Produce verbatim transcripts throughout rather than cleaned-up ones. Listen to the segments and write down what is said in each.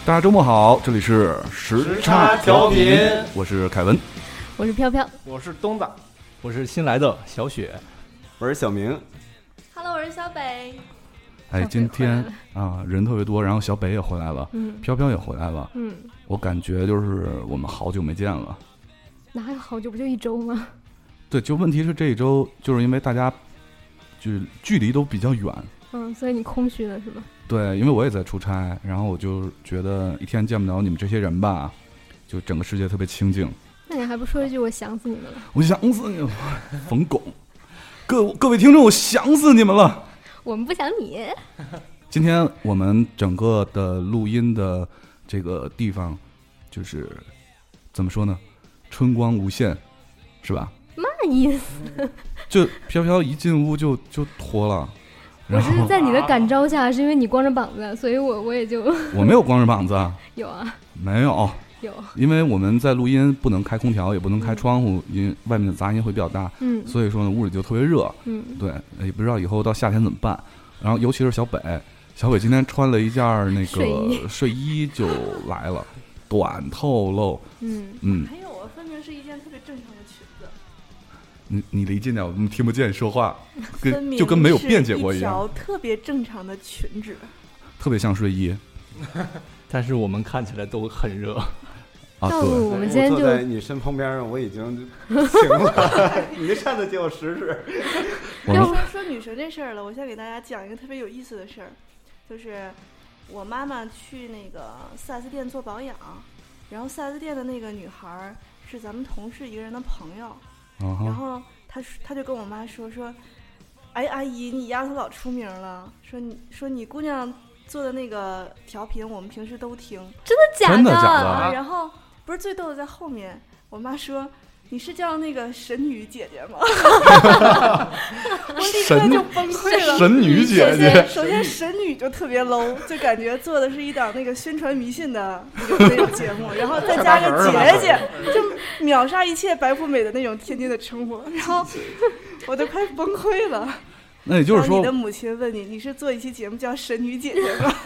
大家周末好，这里是时差调频，我是凯文， 我是飘飘， 我是东子， 我是新来的小雪， 我是小明。 Hello， 我是小北。 哎，今天啊人特别多，然后小北也回来了， 嗯， 飘飘也回来了， 嗯， 我感觉就是我们好久没见了。 哪有好久，不就一周吗？ 对，就问题是这一周就是因为大家就是距离都比较远， 嗯，所以你空虚了是吧？ 对，因为我也在出差，然后我就觉得一天见不着你们这些人吧，就整个世界特别清静。 那你还不说一句我想死你们了？ 我想死你了，冯巩，各各位听众，我想死你们了。 我们不想你。 今天我们整个的录音的这个地方，就是怎么说呢？春光无限，是吧？ 嘛意思？ 就飘飘一进屋就就脱了。 我是在你的感召下，是因为你光着膀子，所以我我也就我没有光着膀子啊。 有啊。 没有。 有。 因为我们在录音不能开空调，也不能开窗户，因为外面的杂音会比较大。嗯。所以说呢，屋里就特别热。嗯。对，也不知道以后到夏天怎么办。然后尤其是小北，小北今天穿了一件那个睡衣就来了，短透露。 嗯嗯。还有，我分明是一件特别正常的裙子。 你你离近点，我们听不见你说话，跟就跟没有辩解过一样。 一条特别正常的裙子， 特别像睡衣， 但是我们看起来都很热。 啊，对， 我们今天就坐在你身旁边，我已经行了。你这扇子借我试试。 要说说女神这事儿了，我先给大家讲一个特别有意思的事儿，就是我妈妈去那个 四 S 店做保养，然后 四 S 店的那个女孩是咱们同事一个人的朋友。Uh-huh. 然后他他就跟我妈说说，哎阿姨，你丫头老出名了，说你说你姑娘做的那个调频我们平时都听。 真的假的？ 真的假的？ 啊、然后不是最逗的在后面，我妈说你是叫那个神女姐姐吗？我立刻就崩溃了。 神女姐姐， 首先神女就特别 low， 就感觉做的是一档那个宣传迷信的那个那种节目，然后再加个姐姐，就秒杀一切白富美的那种天津的称呼，然后我都快崩溃了。 那也就是说， 你的母亲问你，你是做一期节目叫神女姐姐吗？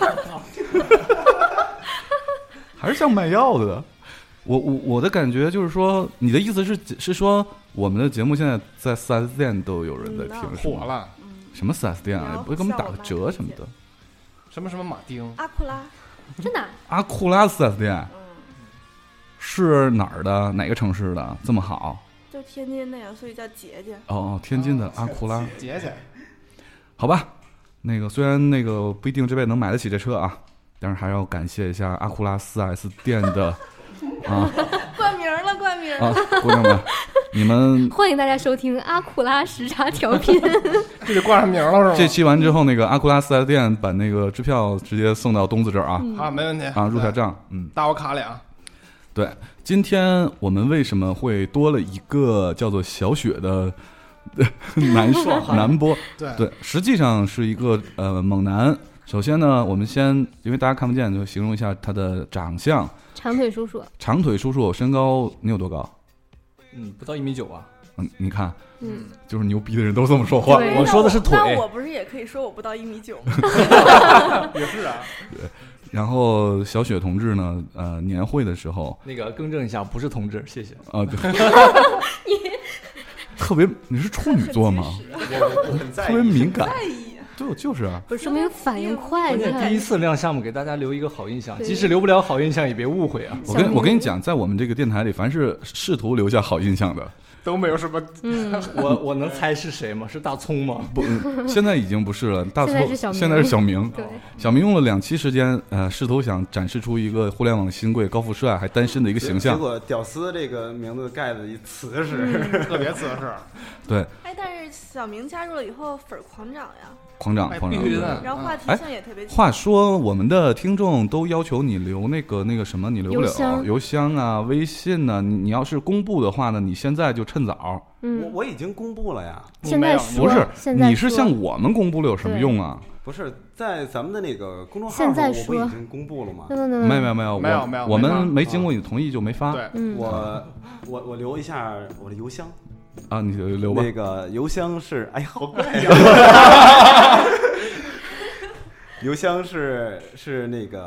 还是像卖药的。我我我的感觉就是说，你的意思是是说，我们的节目现在在 四 S 店都有人在听， 嗯、火了。 什么 四 S 店啊？不会给我们打个折什么的？ 什么什么马丁？ 阿库拉， 真的？ 阿库拉 四 S 店， 嗯， 是哪儿的？哪个城市的？这么好？ 就天津那样，所以叫姐姐。 哦哦，天津的阿库拉姐姐。 好吧，那个虽然那个不一定这辈子能买得起这车啊，但是还要感谢一下阿库拉 四 S 店的。啊， 冠名了，冠名啊，姑娘们，你们欢迎大家收听阿库拉时差调频。 这就挂上名了是吧？ 这期完之后，那个阿库拉四 S 店把那个支票直接送到东子这儿啊。 嗯、啊，没问题啊，入下账，嗯， 大我卡俩。 对，今天我们为什么会多了一个叫做小雪的男男播？ 对对，实际上是一个呃猛男。首先呢，我们先因为大家看不见，就形容一下他的长相。 长腿叔叔， 长腿叔叔，身高你有多高？ 嗯，不到一米九啊。 嗯，你看， 嗯， 就是牛逼的人都这么说话。 我说的是腿。 那我不是也可以说我不到一米九吗？ 也是啊。 对。然后小雪同志呢，呃，年会的时候， 那个更正一下，不是同志，谢谢。 啊，对。你特别，你是处女座吗？ 我我很在意， 特别敏感。 在意。 对，就是啊， 不是说明反应快。 第一次亮项目，给大家留一个好印象，即使留不了好印象，也别误会啊。 我跟我跟你讲，在我们这个电台里，凡是试图留下好印象的， 都没有什么。 嗯， 我我能猜是谁吗？是大葱吗？ 不，现在已经不是了。大葱现在是小明。 对，小明用了两期时间，呃，试图想展示出一个互联网新贵、高富帅还单身的一个形象。 结果“屌丝”这个名字盖的一瓷实， 嗯、特别瓷实。 对。 哎，但是小明加入了以后，粉狂涨呀。 狂涨，狂涨， 然后话题性也特别。 话说，我们的听众都要求你留那个那个什么，你留不了邮箱, 邮箱啊、微信呢、啊。你你要是公布的话呢，你现在就趁早。 嗯，我我已经公布了呀。 现在不是，你是向我们公布了有什么用啊？ 不是在咱们的那个公众号上，我不已经公布了吗？ 没有没有没有没有没有， 我们没经过你同意就没发。 对， 嗯、 我我我留一下我的邮箱。 啊，你留吧。 那个邮箱是，哎呀，好怪呀！邮箱是是那个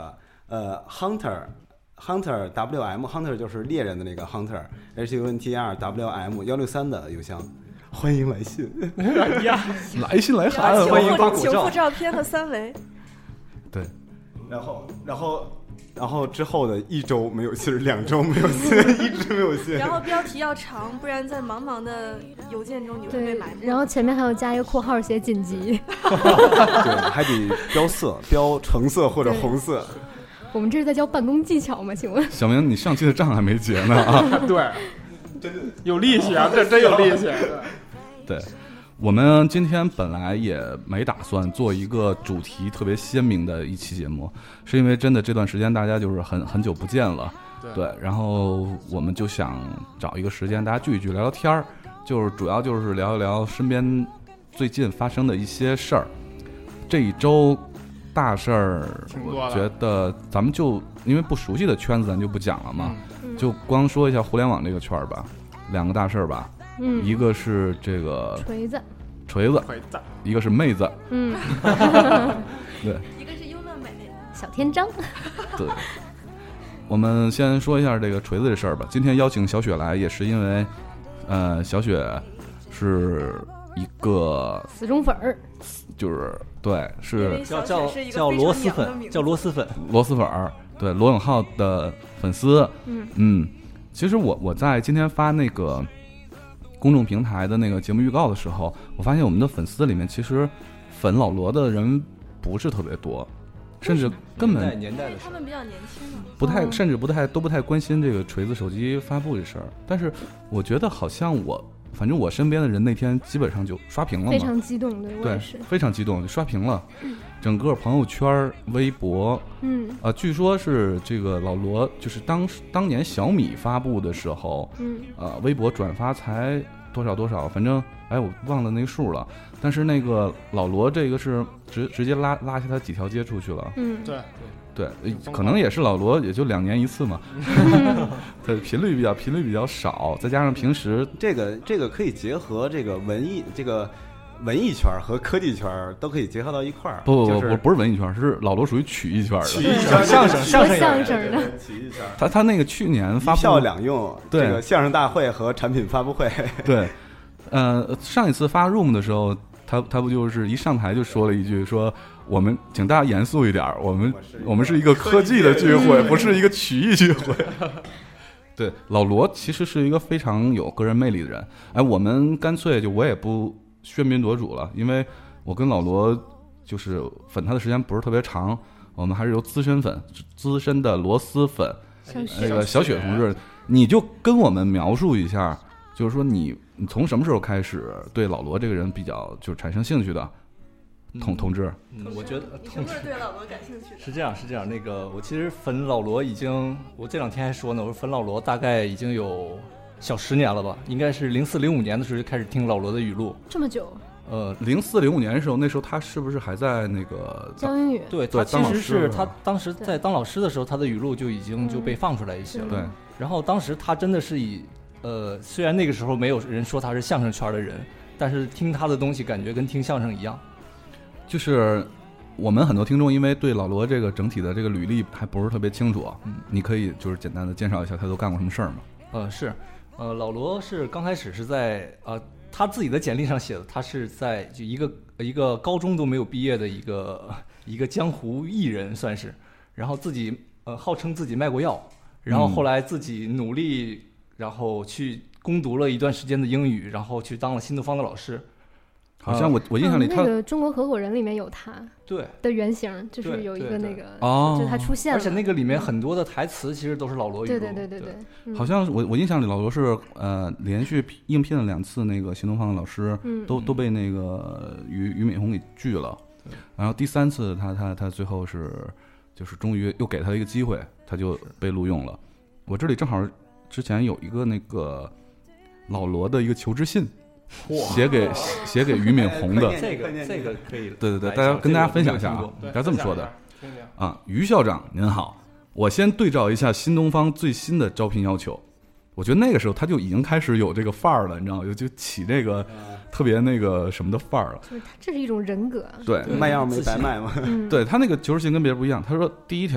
呃 Hunter Hunter W M Hunter 就是猎人的那个 Hunter H U N T R W M 幺六三的邮箱，欢迎来信。 来信来函， 请欢迎附请附照片和三维。 对， 然后然后然后之后的一周没有信，两周没有信，一直没有信。 然后标题要长，不然在茫茫的邮件中你会被埋没。 然后前面还要加一个括号写紧急。 对，还得标色，标橙色或者红色。 我们这是在教办公技巧吗？请问小明，你上期的账还没结呢啊？ 对，真有利息啊，这真有利息。 对，我们今天本来也没打算做一个主题特别鲜明的一期节目，是因为真的这段时间大家就是很很久不见了， 对, 对，然后我们就想找一个时间大家聚一聚聊聊天儿，就是主要就是聊一聊身边最近发生的一些事儿。这一周大事儿，我觉得咱们就因为不熟悉的圈子咱就不讲了嘛，嗯、就光说一下互联网这个圈儿吧，两个大事儿吧。嗯，一个是这个锤子， 锤子， 锤子， 一个是妹子， 嗯， 对， 一个是优乐美， 小天章， 对。我们先说一下这个锤子这事儿吧。今天邀请小雪来，也是因为，呃，小雪是一个死忠粉儿， 就是对，是叫叫叫螺蛳粉，叫螺蛳粉， 螺蛳粉儿，对，罗永浩的粉丝， 嗯嗯。其实我我在今天发那个公众平台的那个节目预告的时候，我发现我们的粉丝里面其实粉老罗的人不是特别多，甚至根本年代的他们比较年轻嘛， 不太甚至不太都不太关心这个锤子手机发布这事儿。但是我觉得好像我反正我身边的人那天基本上就刷屏了嘛， 非常激动，对，我也是非常激动就刷屏了。整个朋友圈、微博， 嗯， 呃，据说是这个老罗，就是当当年小米发布的时候， 嗯， 呃，微博转发才多少多少，反正哎，我忘了那个数了。但是那个老罗这个是直直接拉拉下他几条街出去了， 嗯， 对对对，可能也是老罗也就两年一次嘛，对，频率比较频率比较少，再加上平时这个这个可以结合这个文艺这个。文艺圈和科技圈都可以结合到一块儿。 不不不， 就是、 不是文艺圈，是老罗属于曲艺圈的。 曲艺圈， 相声相声相声的曲艺圈。 他他那个去年发布一票两用， 对这个相声大会和产品发布会。 对，呃，上一次发 Room 的时候，他他不就是一上台就说了一句说。我们请大家严肃一点，我们我们是一个科技的聚会，不是一个曲艺聚会。对，老罗其实是一个非常有个人魅力的人。哎，我们干脆就我也不喧宾夺主了，因为我跟老罗就是粉他的时间不是特别长，我们还是由资深粉、资深的螺蛳粉那个小雪同志，你就跟我们描述一下，就是说你你从什么时候开始对老罗这个人比较就产生兴趣的？同同志， 嗯，我觉得你是不是对老罗感兴趣的？ 是这样，是这样。那个，我其实粉老罗已经，我这两天还说呢，我说粉老罗大概已经有小十年了吧，应该是零四零五年的时候就开始听老罗的语录。 这么久？ 呃，零四零五年的时候，那时候他是不是还在那个教英语？ 对，他其实是他当时在当老师的时候，他的语录就已经就被放出来一些了。 对， 然后当时他真的是以，呃，虽然那个时候没有人说他是相声圈的人，但是听他的东西感觉跟听相声一样。就是我们很多听众因为对老罗这个整体的这个履历还不是特别清楚，嗯，你可以就是简单的介绍一下他都干过什么事儿吗？ 呃，是，呃，老罗是刚开始是在呃他自己的简历上写的，他是在就一个一个高中都没有毕业的一个一个江湖艺人算是，然后自己呃号称自己卖过药，然后后来自己努力，然后去攻读了一段时间的英语，然后去当了新东方的老师。 好像我我印象里他、 嗯、那个中国合伙人里面有他对的原型，就是有一个那个哦， 就是他出现了， 而且那个里面很多的台词其实都是老罗语录。 对对对对对， 嗯、好像我我印象里老罗是呃连续应聘了两次那个新东方的老师， 嗯、 都都被那个俞俞敏洪给拒了，然后第三次他他他最后是就是终于又给他一个机会，他就被录用了。我这里正好之前有一个那个老罗的一个求职信。写给写给俞敏洪的这个这个可以， 对对对，大家跟大家分享一下啊，该这么说的啊，俞校长您好，我先对照一下新东方最新的招聘要求。我觉得那个时候他就已经开始有这个范儿了，你知道吗？就起这个特别那个什么的范儿了。 就是他这是一种人格， 对， 卖药没白卖嘛。 嗯、 对他那个求职信跟别人不一样，他说第一条，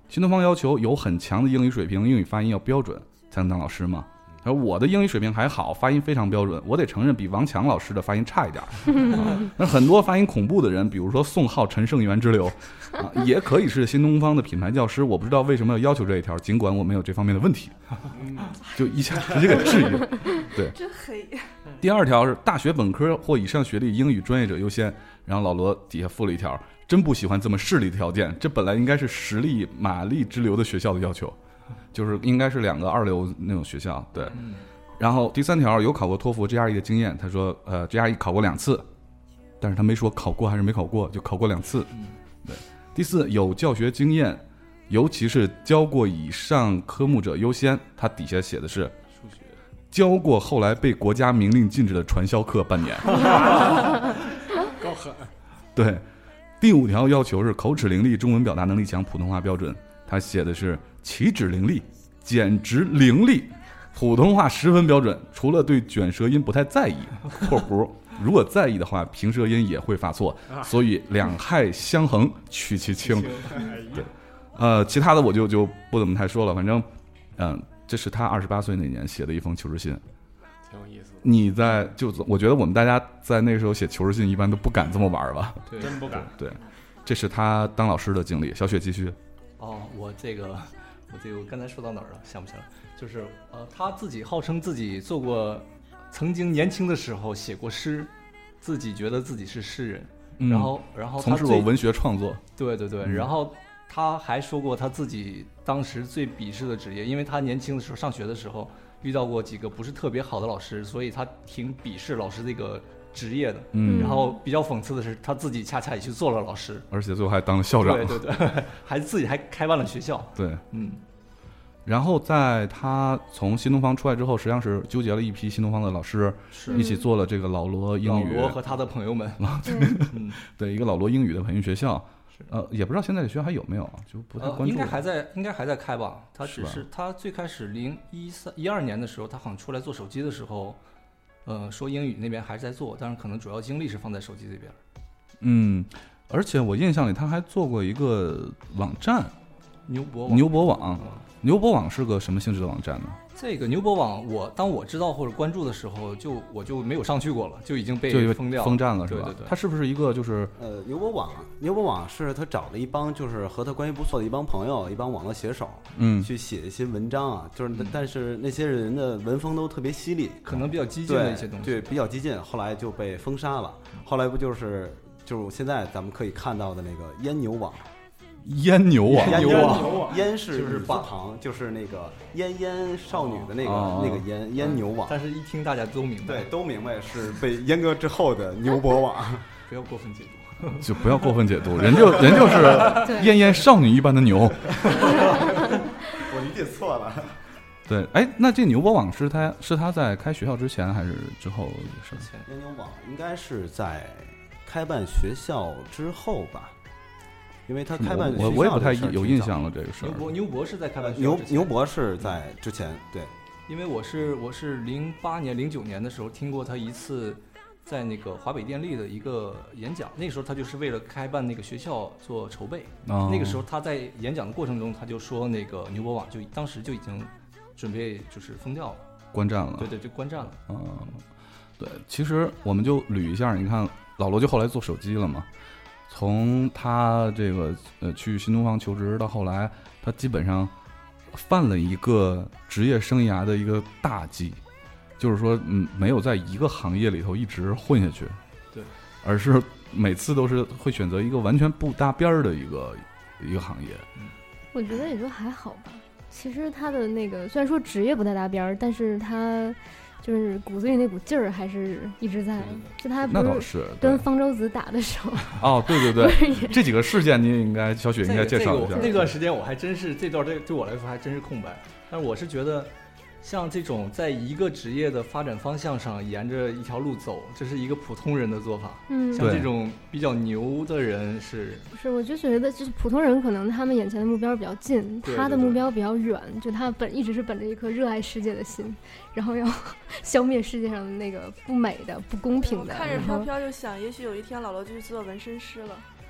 新东方要求有很强的英语水平，英语发音要标准才能当老师吗？而我的英语水平还好，发音非常标准，我得承认比王强老师的发音差一点。啊、那很多发音恐怖的人，比如说宋浩、陈胜元之流，啊，也可以是新东方的品牌教师。我不知道为什么要要求这一条，尽管我没有这方面的问题，就一下直接给质疑了。对， 真黑。 第二条是大学本科或以上学历英语专业者优先，然后老罗底下附了一条，真不喜欢这么势利的条件，这本来应该是实力马力之流的学校的要求。就是应该是两个二流那种学校，对。然后第三条有考过托福 G R E 的经验，他说呃 G R E 考过两次，但是他没说考过还是没考过，就考过两次。对。第四有教学经验，尤其是教过以上科目者优先，他底下写的是数学，教过后来被国家明令禁止的传销课半年。 够狠。 对。第五条要求是口齿伶俐，中文表达能力强，普通话标准，他写的是起止伶俐，简直伶俐，普通话十分标准，除了对卷舌音不太在意（括弧如果在意的话，平舌音也会发错，所以两害相衡，取其轻）。对，呃，其他的我就就不怎么太说了，反正，嗯，这是他二十八岁那年写的一封求职信， 挺有意思的。 你在就我觉得我们大家在那个时候写求职信，一般都不敢这么玩吧？ 对，真不敢。 对，这是他当老师的经历。小雪继续。 哦，我这个，我这个刚才说到哪儿了？想不起来。就是呃，他自己号称自己做过，曾经年轻的时候写过诗，自己觉得自己是诗人，嗯、然后然后他从事过文学创作。 对对对，嗯、然后他还说过他自己当时最鄙视的职业，因为他年轻的时候上学的时候遇到过几个不是特别好的老师，所以他挺鄙视老师这个职业的。嗯，然后比较讽刺的是，他自己恰恰也去做了老师， 而且最后还当了校长。 对对对，还自己还开办了学校。 对， 嗯。 然后在他从新东方出来之后，实际上是纠结了一批新东方的老师，一起做了这个老罗英语。 老罗和他的朋友们。 嗯，对，一个老罗英语的培训学校。呃，也不知道现在的学校还有没有啊，就不太关注、呃。 应该还在，应该还在开吧。他只是他最开始零一三一二年的时候，他好像出来做手机的时候，呃，说英语那边还是在做，但是可能主要精力是放在手机这边。 嗯，而且我印象里他还做过一个网站， 牛博网。 牛博网，嗯、牛博网是个什么性质的网站呢？ 这个牛博网，我当我知道或者关注的时候，就我就没有上去过了，就已经被封掉了、 封站了，是吧？ 对对对。 它是不是一个就是呃牛博网？牛博网是他找了一帮就是和他关系不错的一帮朋友，一帮网络写手，嗯，去写一些文章啊，就是、嗯、但是那些人的文风都特别犀利， 可能比较激进的一些东西， 对，对比较激进，后来就被封杀了。后来不就是就是现在咱们可以看到的那个烟牛网。 烟牛网， 烟牛网，烟是女字旁，就是那个烟烟少女的那个、哦、那个烟烟牛网。 但是一听大家都明白， 对，都明白是被阉割之后的牛博网。 不要过分解读， 就不要过分解读，人就人就是烟烟少女一般的牛。 我理解错了。 对，哎，那这牛博网是他是他在开学校之前还是之后的事？ 烟牛网应该是在开办学校之后吧。因为他开办学校我我也不太有印象了这个事儿。 牛博牛博是在开办学校之前，牛牛博是在之前，对。 因为我是我是零八年零九年的时候听过他一次在那个华北电力的一个演讲，那个时候他就是为了开办那个学校做筹备。哦、那个时候他在演讲的过程中，他就说那个牛博网就当时就已经准备就是封掉了， 关站了。 对对，就关站了。 嗯，对，其实我们就捋一下，你看老罗就后来做手机了嘛。从他这个呃去新东方求职到后来，他基本上犯了一个职业生涯的一个大忌，就是说嗯没有在一个行业里头一直混下去， 对， 而是每次都是会选择一个完全不搭边儿的一个一个行业。 我觉得也就还好吧。其实他的那个虽然说职业不太搭边儿，但是他。就是骨子里那股劲儿还是一直在，就他不是跟方舟子打的时候。 哦，对对对，这几个事件你也应该小雪应该介绍一下。 这个、那段时间我还真是这段对对我来说还真是空白，但是我是觉得，像这种在一个职业的发展方向上沿着一条路走，这是一个普通人的做法。嗯，像这种比较牛的人是， 不是？我就觉得就是普通人可能他们眼前的目标比较近， 对对对， 他的目标比较远，就他本一直是本着一颗热爱世界的心，然后要消灭世界上的那个不美的、不公平的。 看着飘飘就想，也许有一天老罗就去做纹身师了。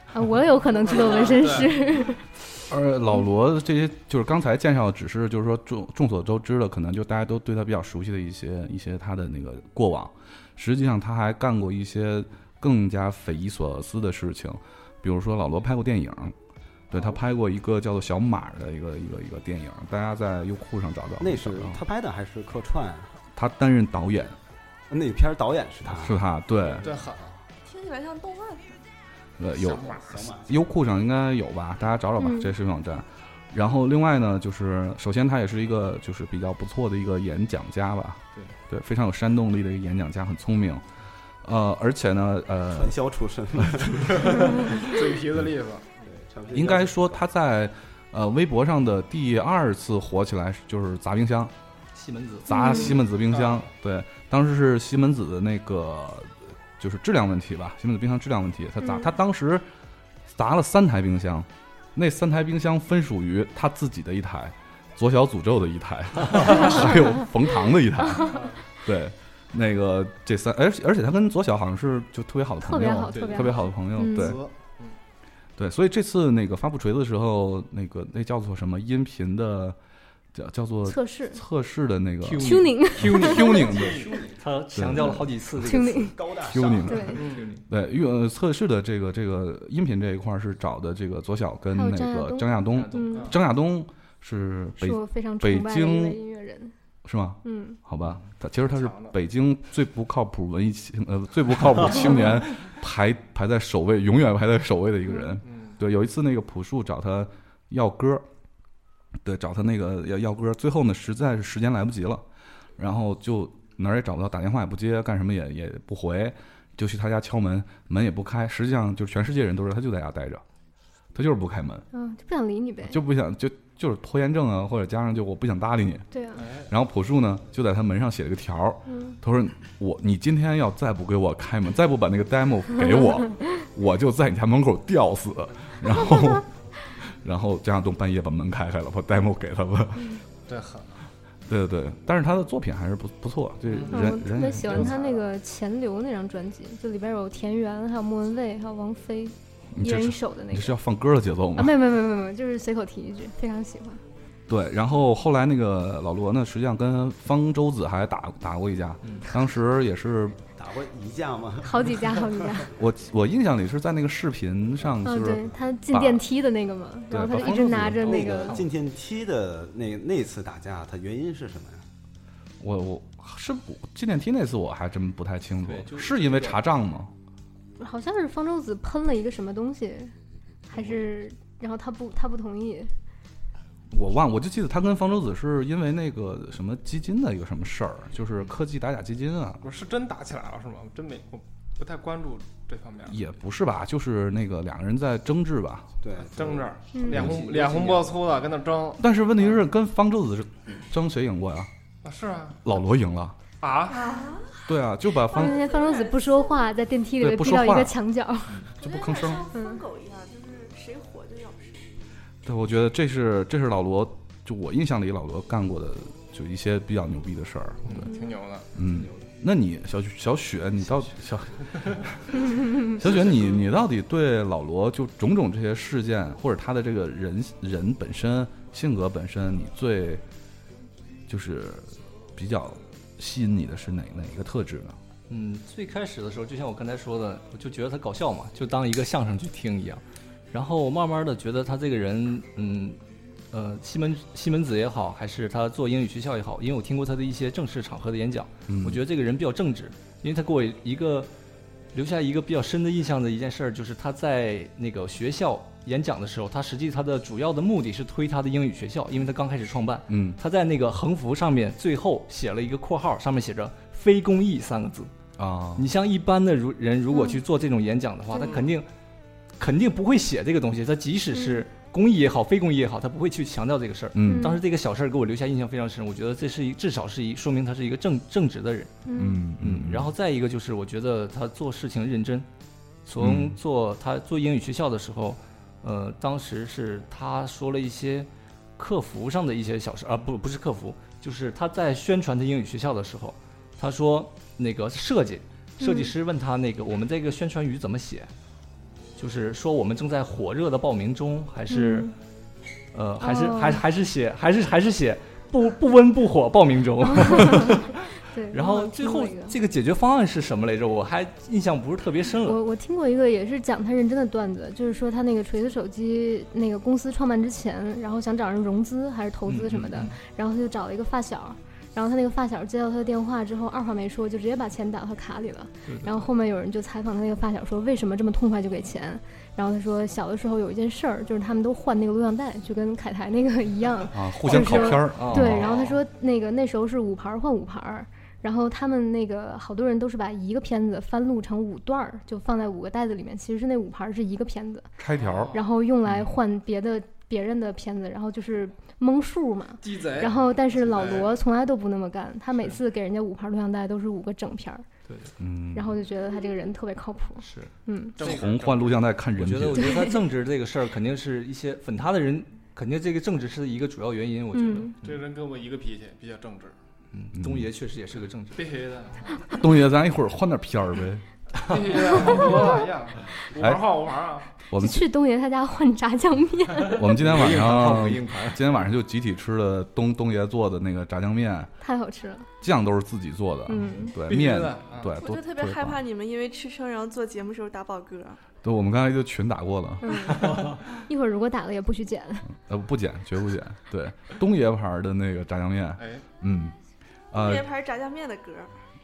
啊，我有可能去做纹身师。 而老罗这些就是刚才介绍的，只是就是说众众所周知的，可能就大家都对他比较熟悉的一些一些他的那个过往。实际上他还干过一些更加匪夷所思的事情，比如说老罗拍过电影，对他拍过一个叫做小马的一个一个一个电影，大家在优酷上找到。 那是他拍的还是客串？ 他担任导演。 那片导演是他？ 是他，对。 对，狠。 听起来像动漫。 呃，有优酷上应该有吧，大家找找吧，嗯、这视频网站。然后另外呢，就是首先他也是一个就是比较不错的一个演讲家吧， 对对，非常有煽动力的一个演讲家，很聪明。呃，而且呢，呃， 传销出身， 嘴皮子利索。 应该说他在呃微博上的第二次火起来就是砸冰箱， 西门子砸西门子冰箱， 嗯、 对，当时是西门子的那个。就是质量问题吧，西门子冰箱质量问题，他砸、嗯、他当时砸了三台冰箱，那三台冰箱分属于他自己的一台，左小诅咒的一台，还有冯唐的一台，对，那个这三，而而且他跟左小好像是就特别好的朋友， 特别好， 特别好的朋友， 嗯、 对，对，所以这次那个发布锤子的时候，那个那叫做什么音频的。叫叫做测试测试的那个 tuning tuning 的， 他强调了好几次这个词高大 tuning 对对用测试的这个这个音频这一块是找的这个左小跟那个张亚东，张亚东是北非常北京音乐人是吗？ 嗯， 好吧，他其实他是北京最不靠谱文艺青呃最不靠谱青年排排在首位，永远排在首位的一个人。对，有一次那个朴树找他要歌。对，找他那个要要歌，最后呢，实在是时间来不及了，然后就哪儿也找不到，打电话也不接，干什么也也不回，就去他家敲门，门也不开。实际上，就是全世界人都知道他就在家待着，他就是不开门， 嗯，就不想理你呗， 就不想就就是拖延症啊，或者加上就我不想搭理你。 对啊。 然后朴树呢，就在他门上写了个条，嗯，他说我你今天要再不给我开门，再不把那个 demo 给我，我就在你家门口吊死。然后。然后张亚东半夜把门开开了，把 demo 给他了。 对，狠。 对对对，但是他的作品还是不不错。这人、 嗯、 人我特别喜欢他那个《钱流》那张专辑，就里边有田园，还有莫文蔚，还有王菲，一人一首的那个。 你是要放歌的节奏吗？ 啊，没有没有没有没有，就是随口提一句，非常喜欢。 对，然后后来那个老罗呢，实际上跟方舟子还打打过一架，嗯、当时也是。 打过一架吗？ 好几架，好几架。 我我印象里是在那个视频上，就是、 哦、对他进电梯的那个嘛，然后他就一直拿着那个进电梯的那那次打架，他原因是什么呀？ 我我是进电梯那次我还真不太清楚，是因为查账吗？ 好像是方舟子喷了一个什么东西，还是然后他不他不同意。 我忘，我就记得他跟方舟子是因为那个什么基金的一个什么事儿，就是科技打假基金啊。 不是真打起来了是吗？我真没，我不太关注这方面。 也不是吧，就是那个两个人在争执吧。 对， 争执，嗯、脸红脸红脖粗的跟那争。 但是问题是，跟方舟子是争谁赢过呀？ 啊，是啊， 老罗赢了啊。 对啊，就把方那天方舟子不说话，在电梯里面逼到一个墙角， 就不吭声。 疯狗一样，就是谁火就咬谁。 对，我觉得这是这是老罗，就我印象里老罗干过的就一些比较牛逼的事儿， 嗯，挺牛的。 嗯，那你小小雪，你到小小雪，你你到底对老罗就种种这些事件，或者他的这个人人本身性格本身，你最就是比较吸引你的是哪哪一个特质呢？ 嗯，最开始的时候，就像我刚才说的，我就觉得他搞笑嘛，就当一个相声去听一样。然后慢慢的觉得他这个人，嗯，呃，西门西门子也好，还是他做英语学校也好，因为我听过他的一些正式场合的演讲，嗯、我觉得这个人比较正直，因为他给我一个留下一个比较深的印象的一件事，就是他在那个学校演讲的时候，他实际他的主要的目的是推他的英语学校，因为他刚开始创办，嗯，他在那个横幅上面最后写了一个括号，上面写着“非公益”三个字啊。你像一般的如人如果去做这种演讲的话，嗯、他肯定。肯定不会写这个东西，他即使是公益也好，嗯、非公益也好，他不会去强调这个事儿。嗯，当时这个小事儿给我留下印象非常深，我觉得这是一至少是一说明他是一个正正直的人。 嗯嗯。然后再一个就是，我觉得他做事情认真。从做他做英语学校的时候，呃，当时是他说了一些客服上的一些小事，啊，不不是客服，就是他在宣传他英语学校的时候，他说那个设计设计师问他那个、嗯、我们这个宣传语怎么写。 就是说我们正在火热的报名中，还是、嗯、呃还是、哦、还还是写还是还是写不不温不火报名中。 对， 然后最后这个解决方案是什么来着？我还印象不是特别深了。 我我听过一个也是讲他认真的段子，就是说他那个锤子手机那个公司创办之前，然后想找人融资还是投资什么的，嗯嗯嗯然后他就找了一个发小。然后他那个发小接到他的电话之后，二话没说就直接把钱打到他卡里了。对对对，然后后面有人就采访他那个发小说为什么这么痛快就给钱，然后他说小的时候有一件事儿，就是他们都换那个录像带，就跟凯台那个一样啊，互相考片儿。 对，然后他说那个那时候是五盘换五盘，然后他们那个好多人都是把一个片子翻录成五段，就放在五个袋子里面，其实是那五盘是一个片子拆条， 然后用来换别的别人的片子，然后就是蒙数嘛，然后但是老罗从来都不那么干，他每次给人家五盘录像带都是五个整片儿。 对， 嗯，然后就觉得他这个人特别靠谱。 是， 嗯， 红换录像带看人品。 我觉得，我觉得他正直这个事儿肯定是一些粉他的人，肯定这个正直是一个主要原因。我觉得、嗯、 这个人跟我一个脾气，比较正直。 嗯，东爷确实也是个正直。 必须的。 东爷，咱一会儿换点片儿呗。 必须的，我一样。五盘换五盘啊。 我们去东爷他家换炸酱面。 我们今天晚上，今天晚上就集体吃了东东爷做的那个炸酱面， 太好吃了。 酱都是自己做的， 嗯， 对，面，对。 我就特别害怕你们因为吃撑然后做节目时候打饱嗝。 对，我们刚才就群打过了。 嗯、一会儿如果打了也不许剪。 呃，不剪，绝不剪。对，东爷牌的那个炸酱面， 哎， 嗯，呃， 东爷牌炸酱面的歌。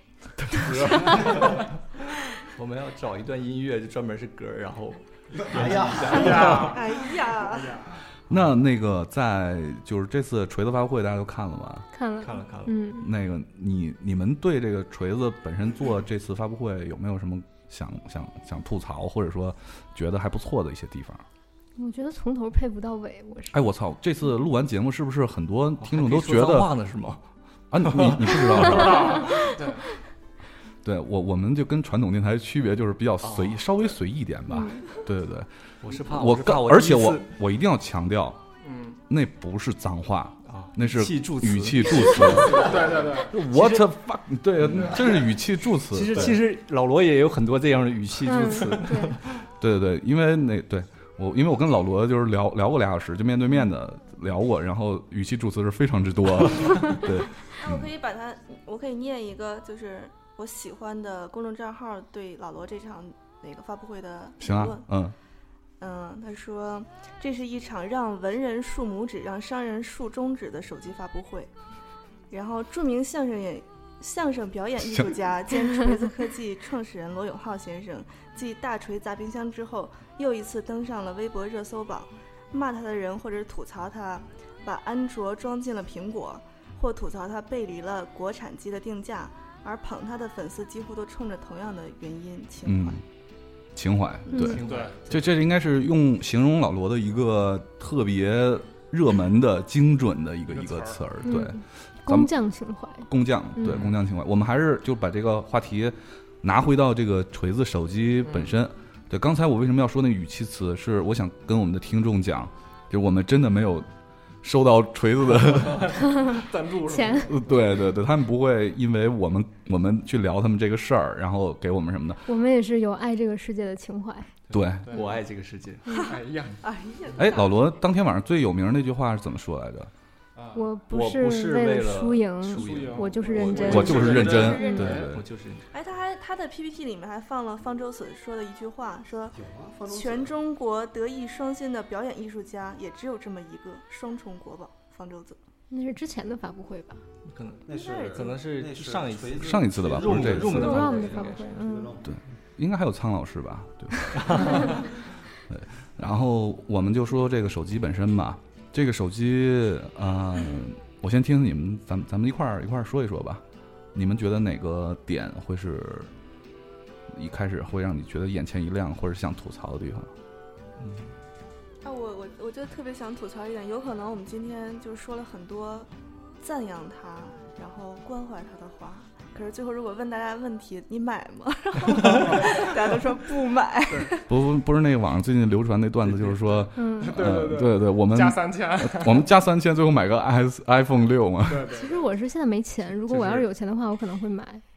我们要找一段音乐，就专门是歌，然后。 哎呀， 哎呀，哎呀！ 那那个在就是这次锤子发布会，大家都看了吗？ 看了， 看了，看了。 嗯， 那个你你们对这个锤子本身做这次发布会有没有什么想想想吐槽，或者说觉得还不错的一些地方？ 我觉得从头佩服到尾，我是。 哎，我操！这次录完节目是不是很多听众都觉得？ 说脏话呢是吗？ 啊，你你你不知道是吧？ 对。 对我，我们就跟传统电台区别就是比较随意，哦、稍微随意一点吧。 嗯、 对对对， 我是怕我， 是怕我而且我我一定要强调， 嗯， 那不是脏话啊， 那是语气助词。 语气助词。 对对对 ，What the fuck？ 对，这是语气助词。 其实其实老罗也有很多这样的语气助词。 嗯、 对对对，因为那对我，因为我跟老罗就是聊聊过俩小时，就面对面的聊过，然后语气助词是非常之多。对， 那我可以把它，我可以念一个，就是。我喜欢的公众账号对老罗这场那个发布会的评论，嗯嗯，他说这是一场让文人竖拇指、让商人竖中指的手机发布会。然后，著名相声演、相声表演艺术家兼锤子科技创始人罗永浩先生，继大锤砸冰箱之后，又一次登上了微博热搜榜。骂他的人或者吐槽他把安卓装进了苹果，或吐槽他背离了国产机的定价。而捧他的粉丝几乎都冲着同样的原因情怀， 嗯、情怀，对， 嗯、对， 这这应该是用形容老罗的一个特别热门的、精准的一个一个词儿，对， 嗯、工匠情怀， 工匠，对，工匠情怀。我们还是就把这个话题拿回到这个锤子手机本身。嗯、对，刚才我为什么要说那语气词？是我想跟我们的听众讲，就是我们真的没有。收到锤子的赞助钱， 对对对，他们不会因为我们我们去聊他们这个事儿，然后给我们什么的。 我们也是有爱这个世界的情怀。 对， 我爱这个世界。 哎呀， 哎呀， 哎，老罗当天晚上最有名那句话是怎么说来着？ 我不是为了输赢，我就是认真， 我就是认真， 对对， 我就是。 哎，他还他的 P P T 里面还放了方舟子说的一句话，说全中国德艺双馨的表演艺术家也只有这么一个，双重国宝方舟子。 那是之前的发布会吧？ 可能那是可能是上一次上一次的吧，不是这次的发布会。嗯， 对，应该还有苍老师吧？对吧？对，然后我们就说这个手机本身吧。这个手机，嗯、呃，我先听你们，咱们咱们一块儿一块儿说一说吧。你们觉得哪个点会是一开始会让你觉得眼前一亮，或者想吐槽的地方？ 嗯，啊，我我我就特别想吐槽一点，有可能我们今天就说了很多赞扬他，然后关怀他的话。可是最后如果问大家问题，你买吗？大家都说不买。 不不是那个网上最近流传那段子，就是说， 嗯， 对对对对对，我们加三千， 我们加三千，最后买个 i iPhone 六嘛。 对对。 其实我是现在没钱，如果我要是有钱的话，我可能会买。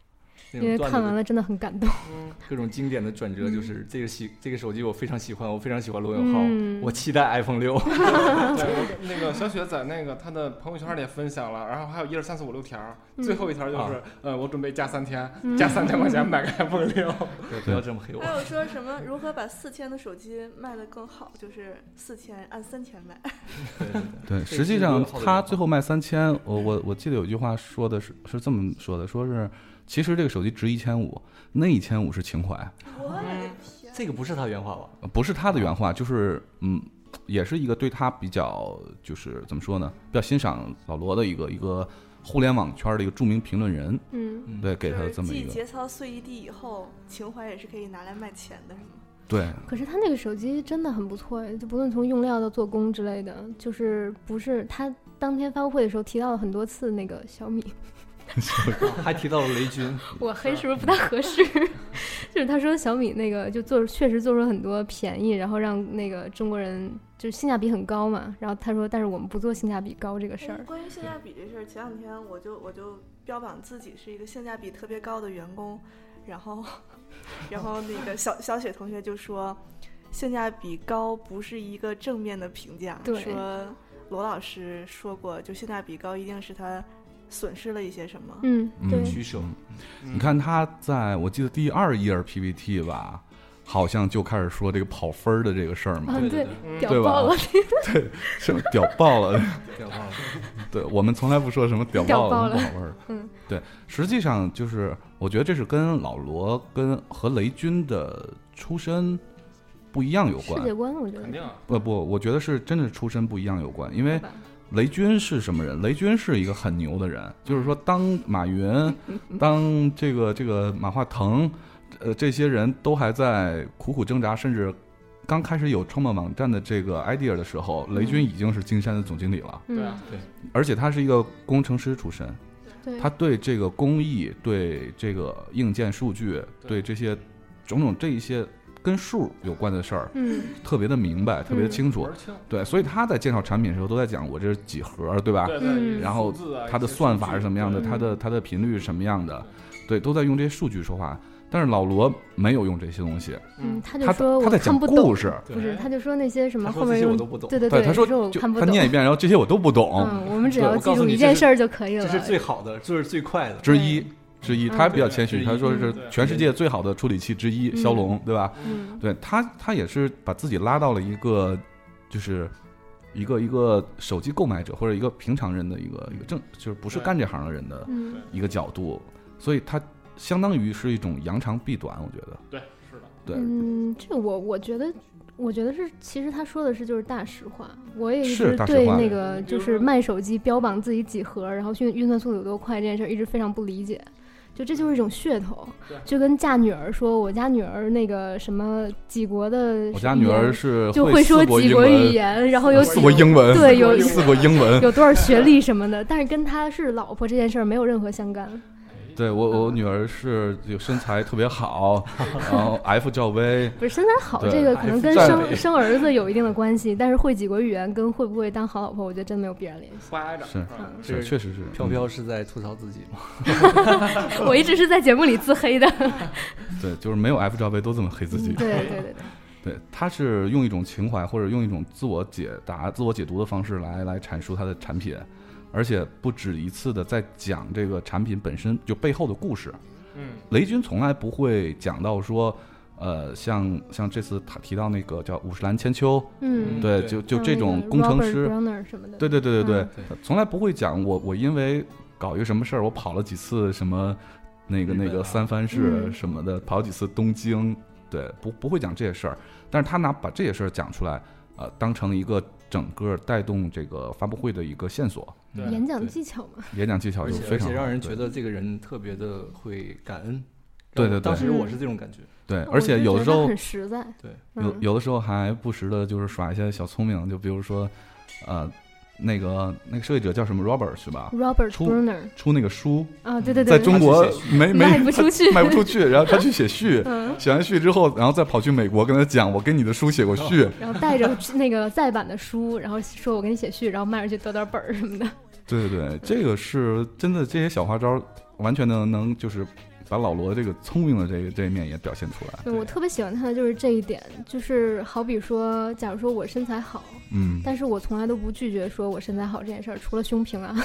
因为看完了真的很感动。 嗯，各种经典的转折，就是这个喜这个手机我非常喜欢，我非常喜欢罗永浩，嗯、我期待 iPhone 六。 对，那个小雪在那个她的朋友圈里也分享了，然后还有一二三四五六条，嗯、最后一条就是，嗯、呃，我准备加三天，嗯、加三千块钱买个 iPhone 六。 对，不要这么黑我。 还有说什么如何把四千的手机卖得更好，就是四千按三千卖。 对对对，实际上他最后卖三千，我我我记得有一句话说的是是这么说的，说是其实这个手机值一千五，那一千五是情怀。 我的天， 这个不是他原话吧？ 不是他的原话，就是嗯，也是一个对他比较就是怎么说呢，比较欣赏老罗的一个一个互联网圈的一个著名评论人。嗯，对，给他这么一个。 继节操碎一地以后，情怀也是可以拿来卖钱的，是吗？ 对， 可是他那个手机真的很不错，就不论从用料到做工之类的，就是不是他当天发布会的时候提到了很多次那个小米， 还提到了雷军。 我黑是不是不太合适？就是他说小米那个就做确实做出了很多便宜，然后让那个中国人就是性价比很高嘛。然后他说，但是我们不做性价比高这个事儿。 关于性价比这事儿，前两天我就我就标榜自己是一个性价比特别高的员工，然后。然后那个小小雪同学就说，性价比高不是一个正面的评价，说罗老师说过，就性价比高一定是他损失了一些什么， 嗯，对， 取舍。 你看他在我记得第二页 P P T 吧，好像就开始说这个跑分的这个事儿嘛， 啊，对， 对屌爆了， 对，是屌爆了， 屌爆了， 对，我们从来不说什么屌爆了，不好玩，嗯，对，实际上就是我觉得这是跟老罗跟和雷军的出身不一样有关， 世界观，我觉得肯定啊， 不不，我觉得是真的出身不一样有关，因为雷军是什么人？雷军是一个很牛的人，就是说当马云，当这个这个马化腾。呃，这些人都还在苦苦挣扎，甚至刚开始有创办网站的这个 idea 的时候，雷军已经是金山的总经理了。 对啊， 对， 而且他是一个工程师出身， 对， 他对这个工艺、对这个硬件数据、对这些种种这一些跟数有关的事儿，嗯，特别的明白，特别的清楚。 嗯、 对，所以他在介绍产品的时候都在讲我这是几何，对吧？ 对对。 然后它的算法是什么样的，它的它的频率是什么样的，对，都在用这些数据说话。但是老罗没有用这些东西， 嗯，他就说我看不懂， 故事不是，他就说那些什么后面用我都不懂， 对对对， 他说我看不懂， 他念一遍，然后这些我都不懂， 嗯，我们只要记住一件事儿就可以了， 这是最好的，这是最快的之一之一，他还比较谦虚，他说是全世界最好的处理器之一，骁龙，对吧？嗯，对他他也是把自己拉到了一个就是一个一个手机购买者或者一个平常人的一个一个正就是不是干这行的人的一个角度，所以他。相当于是一种扬长避短，我觉得。 对，是的。 对， 嗯，这个我我觉得，我觉得是，其实他说的是就是大实话。我也一直对那个就是卖手机标榜自己几核，然后运运算速度有多快这件事一直非常不理解。就这就是一种噱头，就跟嫁女儿说，我家女儿那个什么几国的， 我家女儿是就会说几国语言，然后有四国英文， 对，有四国英文， 有多少学历什么的，但是跟他是老婆这件事儿没有任何相干。 对我，我女儿是有身材特别好，然后 F 罩杯。 不是身材好，这个可能跟生生儿子有一定的关系，但是会几国语言跟会不会当好老婆，我觉得真没有必然联系。 不挨着， 是是，确实是。 飘飘是在吐槽自己吗？ 我一直是在节目里自黑的。 对，就是没有 F 罩杯都这么黑自己。 对对对对。 对，他是用一种情怀或者用一种自我解答、自我解读的方式来来阐述他的产品。而且不止一次的在讲这个产品本身就背后的故事。嗯，雷军从来不会讲到说，呃，像像这次他提到那个叫五十岚千秋，嗯，对，就就这种工程师， 什么的对对对对对，嗯、对从来不会讲我我因为搞一个什么事儿，我跑了几次什么那个那个三藩市什么的，嗯、跑几次东京，对，不不会讲这些事儿。但是他拿把这些事儿讲出来，呃，当成一个整个带动这个发布会的一个线索。 演讲技巧嘛， 演讲技巧有非常， 而且让人觉得这个人特别的会感恩。 对对对， 当时我是这种感觉。 对，而且有的时候很实在。 对， 有有的时候还不时的就是耍一些小聪明，就比如说，呃，那个那个设计者叫什么 Robert 是吧 ？Robert 出 Brunner 出那个书啊，对对对， 在中国没没卖不出去， 卖不出去，然后他去写序，写完序之后，然后再跑去美国跟他讲，我给你的书写过序， 然后带着那个再版的书，然后说我给你写序，然后卖出去得点本儿什么的。 对对对，这个是真的，这些小花招完全能能就是把老罗这个聪明的这个这一面也表现出来。 对，我特别喜欢他的就是这一点，就是好比说，假如说我身材好，嗯，但是我从来都不拒绝说我身材好这件事儿，除了胸平啊，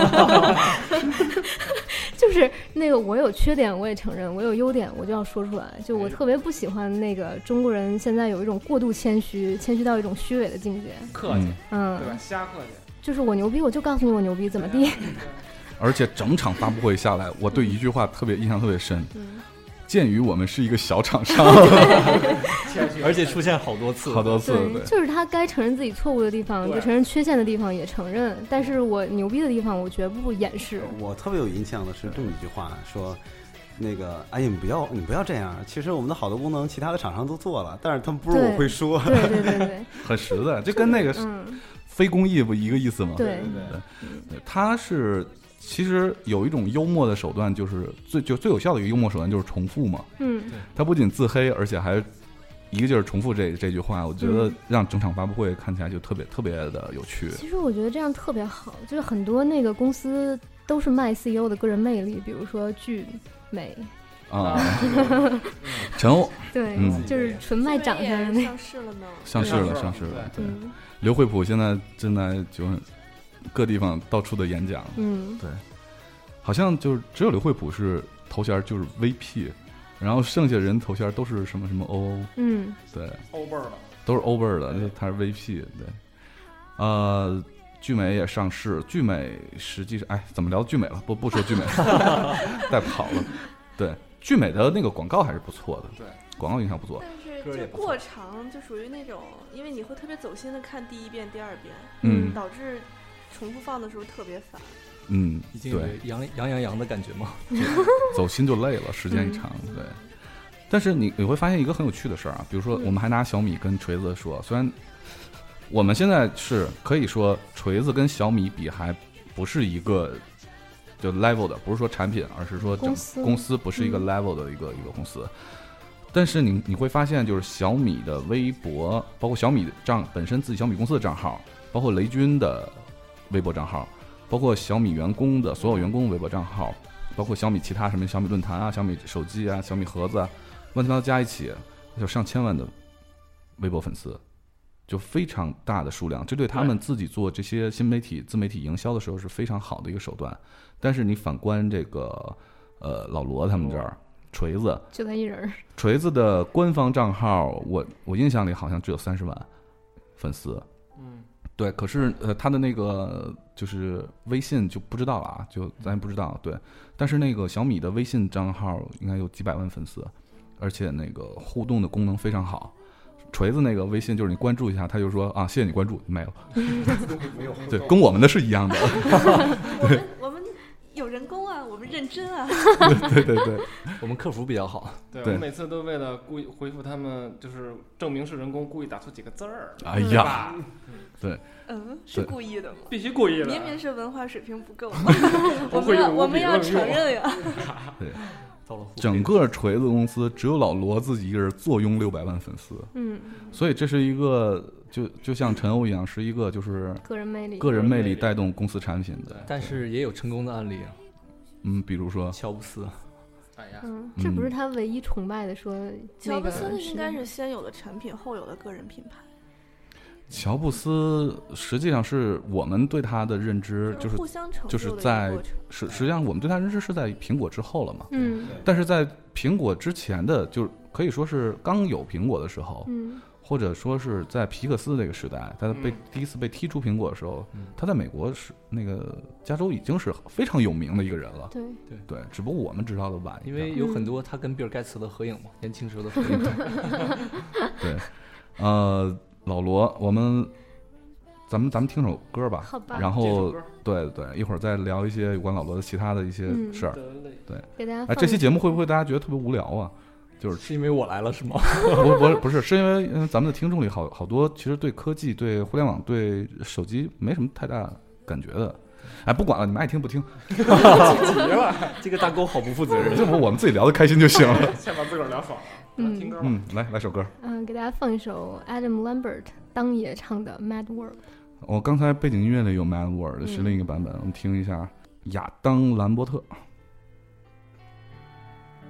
就是那个我有缺点我也承认，我有优点我就要说出来。就我特别不喜欢那个中国人现在有一种过度谦虚，谦虚到一种虚伪的境界， 客气， 嗯， 对吧？瞎客气。 就是我牛逼，我就告诉你我牛逼，怎么地？ 而且整场发布会下来，我对一句话特别印象特别深。嗯，鉴于我们是一个小厂商， 而且出现好多次， 好多次，对， 就是他该承认自己错误的地方，就承认缺陷的地方也承认，但是我牛逼的地方我绝不掩饰。 我特别有印象的是这么一句话，说那个哎，你不要你不要这样，其实我们的好多功能其他的厂商都做了，但是他们不是我会说， 对对对对， 很实在，这跟那个非公益不一个意思吗？ 对对对，他是。其实有一种幽默的手段，就是最就最有效的一个幽默手段就是重复嘛。 嗯， 他不仅自黑，而且还一个劲儿重复这这句话，我觉得让整场发布会看起来就特别特别的有趣。 其实我觉得这样特别好，就是很多那个公司都是卖 C E O 的个人魅力，比如说聚美啊，陈欧， 对，嗯，就是纯卖长相的那上市了呢， 上市了，上市了。对，刘惠普现在正在就。各地方到处的演讲， 嗯， 对，好像就是只有刘惠普是头衔就是 V P， 然后剩下人头衔都是什么什么 O， 嗯， 对 ，O 辈儿的， 都是 O 辈儿的，他是 V P， 对，呃，聚美也上市，聚美实际上，哎，怎么聊聚美了？不不说聚美，带跑了，对，聚美的那个广告还是不错的， 对， 广告印象不错， 但是就过长，就属于那种，因为你会特别走心的看第一遍、第二遍， 嗯， 导致。重复放的时候特别烦， 嗯， 已经有羊羊羊羊的感觉吗？ 走心就累了，时间一长，嗯、对。但是你你会发现一个很有趣的事儿啊，比如说我们还拿小米跟锤子说，虽然我们现在是可以说锤子跟小米比还不是一个就 level 的，不是说产品，而是说整公司公司不是一个 level 的一个、嗯、一个公司。但是你你会发现，就是小米的微博，包括小米账本身自己小米公司的账号，包括雷军的微博账号，包括小米员工的所有员工的微博账号，包括小米其他什么小米论坛啊、小米手机啊、小米盒子啊，乱七八糟加一起有上千万的微博粉丝，就非常大的数量。这对他们自己做这些新媒体自媒体营销的时候是非常好的一个手段。但是你反观这个呃老罗他们这儿，锤子就他一人， 锤子的官方账号，我我印象里好像只有三十万粉丝。 嗯。 对，可是呃，他的那个就是微信就不知道了啊，就咱也不知道。对，但是那个小米的微信账号应该有几百万粉丝，而且那个互动的功能非常好。锤子那个微信就是你关注一下，他就说啊，谢谢你关注，没了。 没有， 对，跟我们的是一样的。 对，我们有人工啊，我们认真啊。 对对对， 我们客服比较好。 对，我每次都为了故意回复他们，就是证明是人工，故意打错几个字儿。 哎呀，对， 嗯，是故意的吗？ 必须故意的。 明明是文化水平不够， 我们要我们要承认呀。 对，整个锤子公司只有老罗自己一个人坐拥六百万粉丝。 嗯， 所以这是一个就就像陈欧一样，是一个就是个人魅力， 个人魅力带动公司产品的。 但是也有成功的案例啊。 嗯，比如说乔布斯。 哎呀， 嗯，这不是他唯一崇拜的说、嗯、 乔布斯应该是先有的产品，后有的个人品牌。 乔布斯实际上是我们对他的认知就是互相成就是在实实际上我们对他认知是在苹果之后了嘛。 嗯， 但是在苹果之前的，就是可以说是刚有苹果的时候， 嗯， 或者说是在皮克斯这个时代，他被、嗯、第一次被踢出苹果的时候，嗯、他在美国是那个加州已经是非常有名的一个人了。 对对对，只不过我们知道的晚， 因为有很多他跟比尔盖茨的合影嘛，年轻时候的合影。 对，呃。老罗，我们咱们咱们听首歌吧， 好吧， 然后对对，一会儿再聊一些有关老罗的其他的一些事儿、 嗯。 对， 给大家哎，这期节目会不会大家觉得特别无聊啊？就是是因为我来了是吗？ 不不不是，是因为咱们的听众里好好多其实对科技、对互联网、对手机没什么太大感觉的。哎，不管了，你们爱听不听。 急了， 这个大哥好不负责任。 这不我们自己聊得开心就行了。 先把自个儿聊爽了。 嗯， 听歌吧。 嗯，来来首歌。 嗯，给大家放一首 Adam Lambert 当爷唱的《Mad World》。 我、哦、刚才背景音乐里有 Mad World， 是另一个版本，嗯、我们听一下亚当兰伯特。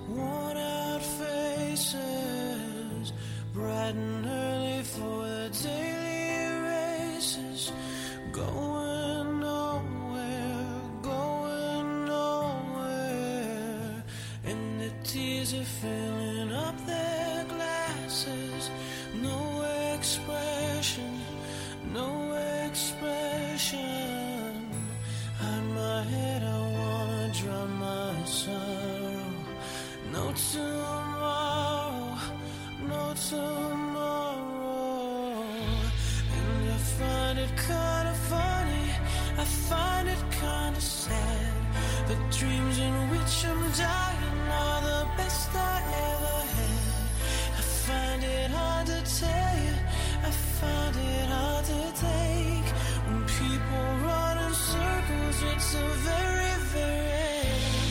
worn out faces, bright and early for the daily races, going nowhere, going nowhere, and the tears are filling up their glasses. No expression, no expression. Hide my head, I wanna drown my sorrow. No tomorrow, no tomorrow. And I find it kinda funny, I find it kinda sad. The dreams in which I'm dying are the best I ever had. I find it hard to tell you, I find it hard to take. When people run in circles, it's a very, very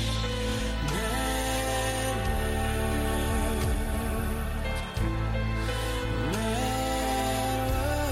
bad world. Bad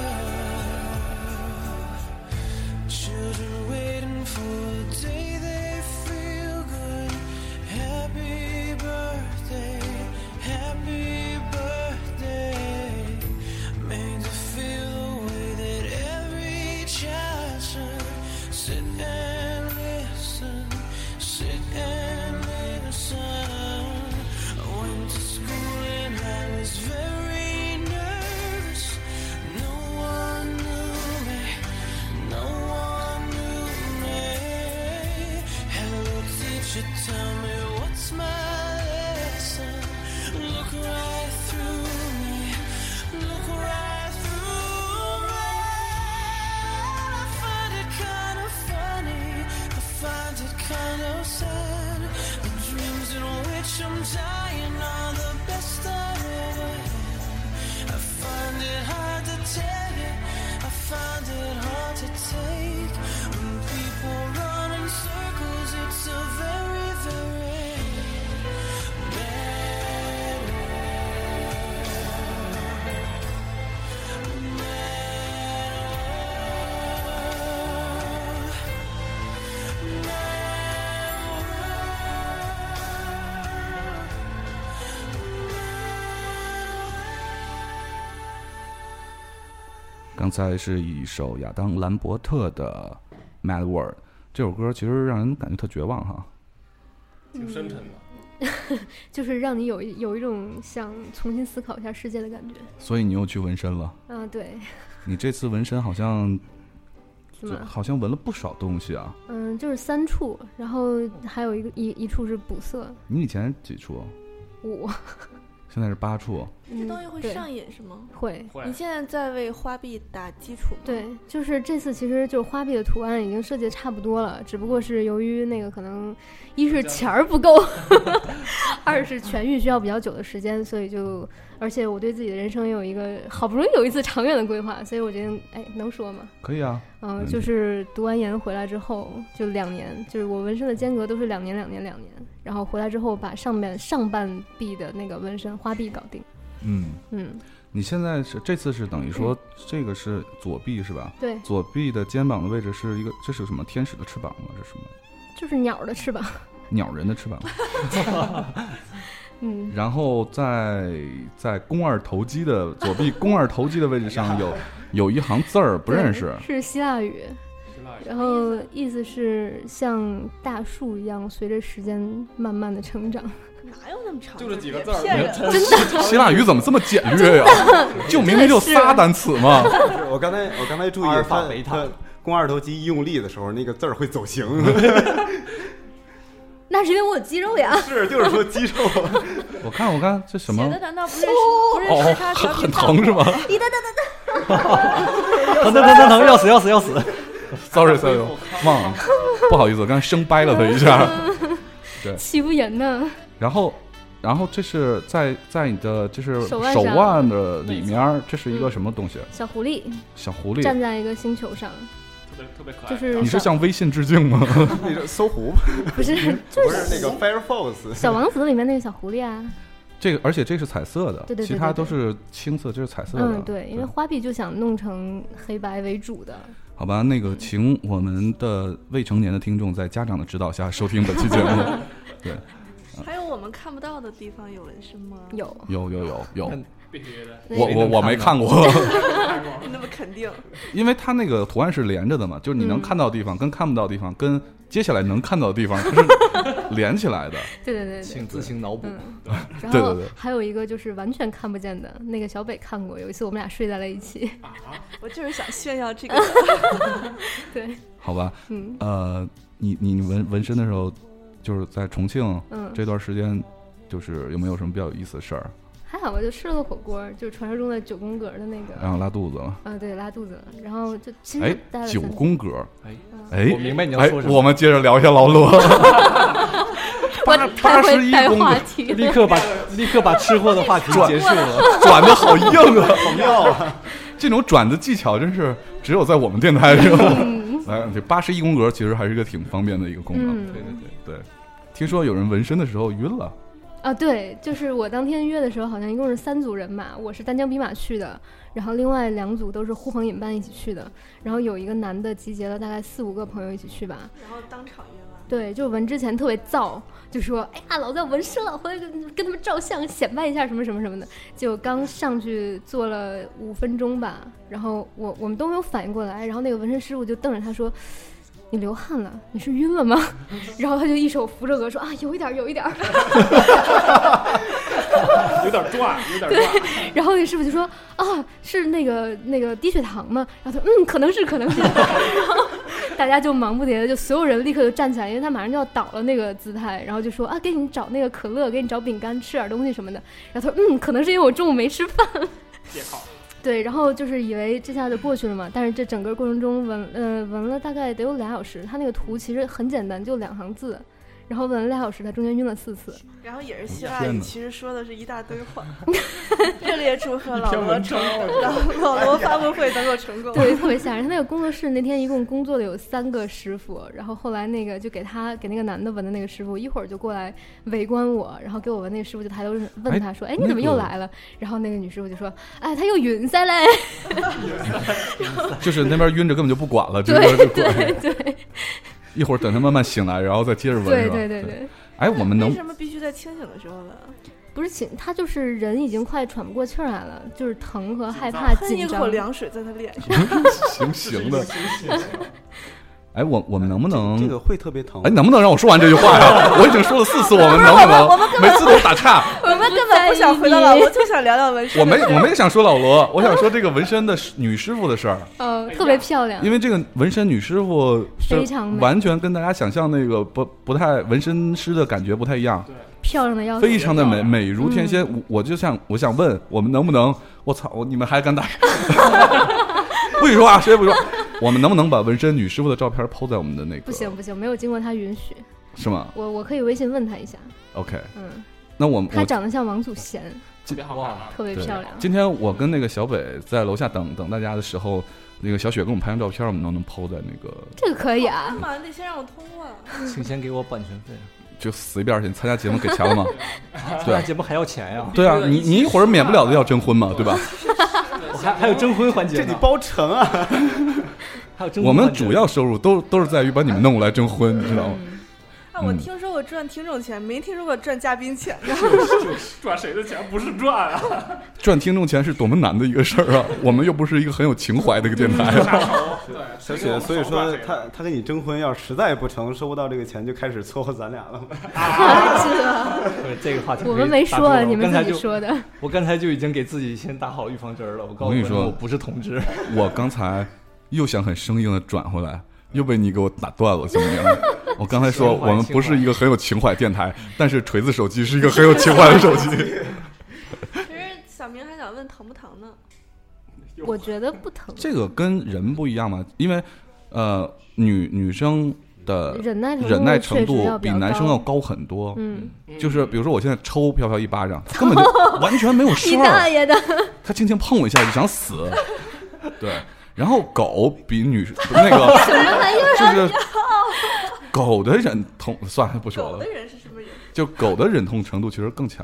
world. Children waiting for the day they feel good. Happy birthday, happy birthday. Made to feel the way that every child should. Sit and listen, sit and listen. I went to school and I was very nervous. No one knew me, no one knew me. Hello teacher, tell me what's my lesson. Look right through me, look right through me. I find it kind of funny, I find it kind of sad. The dreams in which I'm dying are the best I've ever had. I find it hard to tell you, I find it hard to take. When people run in circles, it's a very, very bad world. Bad world. 刚才是一首亚当·兰伯特的《Mad World》，这首歌其实让人感觉特绝望哈， 挺深沉的， 就是让你有一有一种想重新思考一下世界的感觉。 所以你又去纹身了？ 啊，对。 你这次纹身好像，就好像纹了不少东西啊。 嗯，就是三处，然后还有一个一一处是补色。 你以前几处？ 五。 现在是八处。 这东西会上瘾是吗？ 会。 你现在在为花臂打基础吗？ 对，就是这次其实就是花臂的图案已经设计的差不多了，只不过是由于那个可能一是钱儿不够，二是痊愈需要比较久的时间，所以就而且我对自己的人生也有一个好不容易有一次长远的规划，所以我决定，哎，能说吗？ 可以啊。 嗯、呃，就是读完研回来之后就两年，就是我纹身的间隔都是两年两年两年，然后回来之后把上面上半臂的那个纹身花臂搞定。 嗯嗯， 你现在是这次是等于说、嗯、这个是左臂是吧？ 对， 左臂的肩膀的位置是一个，这是什么天使的翅膀吗？这是什么？ 就是鸟的翅膀， 鸟人的翅膀。 嗯， 然后在在肱二头肌的左臂肱二头肌的位置上有有一行字儿不认识， 是希腊语。然后意思是像大树一样随着时间慢慢的成长。 哪有那么长？ 就这几个字儿， 骗人！ 真的， 希腊语怎么这么简略呀、啊？就明明就仨单词嘛。 我刚才我刚才注意，阿尔法贝塔肱二头肌用力的时候，那个字儿会走形。 那是因为我有肌肉呀。 是，就是说肌肉。 我看我看这什么？ 写的难道不是、哦、不是时差小很疼是吗？ 一哒哒哒哒，疼疼疼疼疼，要死要死要死 ！Sorry Sorry， 忘了，不好意思，我刚生掰了他一下。对， 欺负人呢。 然后，然后这是在在你的就是手腕的里面，这是一个什么东西？ 小狐狸。 小狐狸站在一个星球上。 特别特别可爱， 就是你是向微信致敬吗？ 那个搜狐不是，就是不是那个 Firefox 小王子里面那个小狐狸啊。 这个而且这是彩色的， 对对对对对， 其他都是青色，这是彩色的。 嗯，对，因为花臂就想弄成黑白为主的。 好吧，那个请我们的未成年的听众在家长的指导下收听本期节目。对， 还有我们看不到的地方有纹身吗？ 有有有有有， 必须的。 我我我没看过， 你那么肯定？ 因为它那个图案是连着的嘛，就是你能看到的地方跟看不到的地方跟接下来能看到的地方它是连起来的。 对对对对， 请自行脑补。 嗯、然后还有一个就是完全看不见的，那个小北看过，有一次我们俩睡在了一起。 啊，我就是想炫耀这个。 对， 好吧，嗯，呃，你你纹纹身的时候，就是在重庆， 嗯， 这段时间，就是有没有什么比较有意思的事儿？ 还好吧，就吃了个火锅，就是传说中的九宫格的那个， 然后拉肚子了。 啊，对，拉肚子了，然后就其实待了九宫格， 哎哎， 我明白你要说什么。 我们接着聊一下老罗。 八八十一公格， 立刻把立刻把吃货的话题结束了， 转的好硬啊， 好妙啊！ 这种转的技巧真是只有在我们电台上。来，这八十一宫格其实还是一个挺方便的一个功能。 嗯、 对对对对，听说有人纹身的时候晕了。 啊，对，就是我当天约的时候，好像一共是三组人马，我是单枪匹马去的，然后另外两组都是呼朋引伴一起去的，然后有一个男的集结了大概四五个朋友一起去吧， 然后当场约完。 对，就纹之前特别燥，就说哎呀，老子要纹身了，回来跟跟他们照相显摆一下什么什么什么的。结果刚上去做了五分钟吧，然后我我们都没有反应过来，然后那个纹身师傅就瞪着他说，你流汗了，你是晕了吗？然后他就一手扶着额说啊，有一点有一点有点转有点转。 然后那师傅就说啊，是那个那个低血糖吗？然后他说嗯，可能是可能是。然后大家就忙不迭的，就所有人立刻就站起来，因为他马上就要倒了那个姿态，然后就说啊，给你找那个可乐，给你找饼干，吃点东西什么的。然后他说嗯，可能是因为我中午没吃饭。 别好。 对，然后就是以为这下就过去了嘛，但是这整个过程中纹呃纹了大概得有俩小时，他那个图其实很简单，就两行字，然后纹了俩小时，他中间晕了四次。 然后也是希腊语，其实说的是一大堆话。热烈祝贺老罗成功，老罗发布会能够成功。 对，特别吓人。他那个工作室那天一共工作的有三个师傅，然后后来那个就给他给那个男的纹的那个师傅一会儿就过来围观我，然后给我纹那个师傅就抬头问他说：“哎，你怎么又来了？”然后那个女师傅就说：“哎，他又晕塞嘞。” 就是那边晕着根本就不管了， 对就管对对。 一会儿等他慢慢醒来，然后再接着纹。 对对对对。 哎，我们能为什么必须在清醒的时候纹？ 不是醒，他就是人已经快喘不过气儿来了，就是疼和害怕、紧张。 喷一口凉水在他脸上。 行行的。哎，我我们能不能这个会特别疼？ 哎，能不能让我说完这句话呀？我已经说了四次，我们能不能？每次都打岔。 我们根本不想回到老罗，就想聊聊纹身。 我没我没想说老罗，我想说这个纹身的女师傅的事儿。 呃，特别漂亮。 因为这个纹身女师傅非常美， 完全跟大家想象那个不不太纹身师的感觉不太一样。 对， 漂亮的要死， 非常的美，美如天仙。嗯、我就想，我想问，我们能不能？我操，你们还敢打？不许说啊，谁也不许说。我们能不能把纹身女师傅的照片抛在我们的那个？ 不行不行，没有经过她允许。 是吗？ 我我可以微信问她一下。 OK。 嗯。 那我们她长得像王祖贤， 特别好看， 特别漂亮。 今天我跟那个小北在楼下等等大家的时候，那个小雪给我们拍张照片，我们能不能抛在那个？ 这个可以啊。 妈，得先让我通啊。 请先给我版权费。 就死一边去！你参加节目给钱了吗？ 对啊，节目还要钱呀。 对啊，你你一会儿免不了的要征婚嘛，对吧？ 我还还有征婚环节， 这得包成啊。 还有征婚。 我们主要收入都都是在于把你们弄过来征婚，你知道吗？ 啊，我听说过赚听众钱，没听说过赚嘉宾钱。 赚谁的钱不是赚啊？ 赚听众钱是多么难的一个事儿啊！我们又不是一个很有情怀的一个电台。 对， 小雪，所以说他他跟你征婚，要实在不成，收不到这个钱，就开始撮合咱俩了。 啊，是啊。 对这个话题， 我们没说，你们自己说的。 我刚才就已经给自己先打好预防针了。我告诉你说， 我不是同志。 我刚才又想很生硬的转回来，又被你给我打断了，行不行？我刚才说我们不是一个很有情怀电台，但是锤子手机是一个很有情怀的手机。 其实小明还想问疼不疼呢？ 我觉得不疼。 这个跟人不一样嘛，因为呃，女女生的忍耐忍耐程度比男生要高很多。 嗯， 就是比如说我现在抽飘飘一巴掌，根本就完全没有事儿。 你大爷的！ 他轻轻碰我一下就想死。对。然后狗比女那个就是狗的忍痛，算了不说了。 狗的人是什么人？ 就狗的忍痛程度其实更强。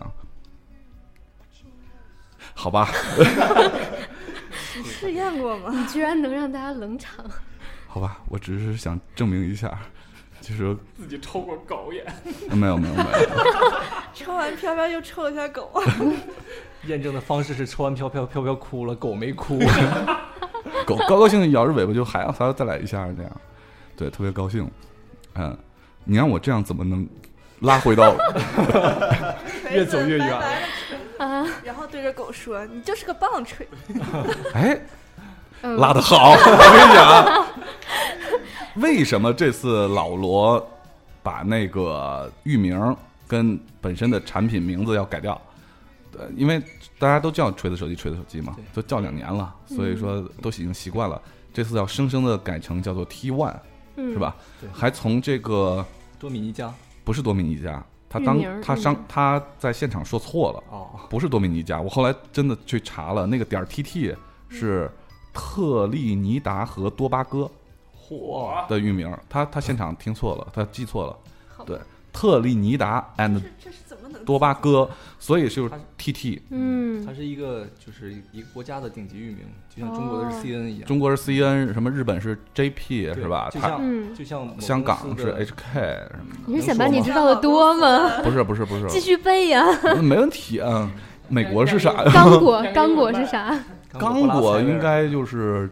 好吧。 你试验过吗？ 你居然能让大家冷场。 好吧，我只是想证明一下。 其实自己抽过狗也没有没有没有， 抽完飘飘又抽一下狗。 验证的方式是抽完飘飘飘飘哭了，狗没哭。 狗高高兴兴摇着尾巴就还要还要再来一下这样，对，特别高兴。嗯，你让我这样怎么能拉回到越走越远啊？然后对着狗说：“你就是个棒槌。” 哎，拉得好！我跟你讲，为什么这次老罗把那个域名跟本身的产品名字要改掉？呃，因为大家都叫锤子手机，锤子手机嘛，都叫两年了，所以说都已经习惯了。这次要生生的改成叫做 T 一，是吧？还从这个多米尼加不是多米尼加，他当他商他在现场说错了，哦，不是多米尼加。我后来真的去查了，那个点 T T 是特立尼达和多巴哥嚯的域名，他他现场听错了，他记错了，对。特立尼达 and 多巴哥，所以就是 T T， 嗯， 它是一个就是一个国家的顶级域名，就像中国的是 C N 一样。 中国是 C N， 什么日本是 J P 是吧？ 就像就像香港是 H K 什么的。 你是想把你知道的多吗？ 不是不是不是， 继续背呀。 没问题啊。美国是啥？ 刚果刚果是啥？ 刚果应该就是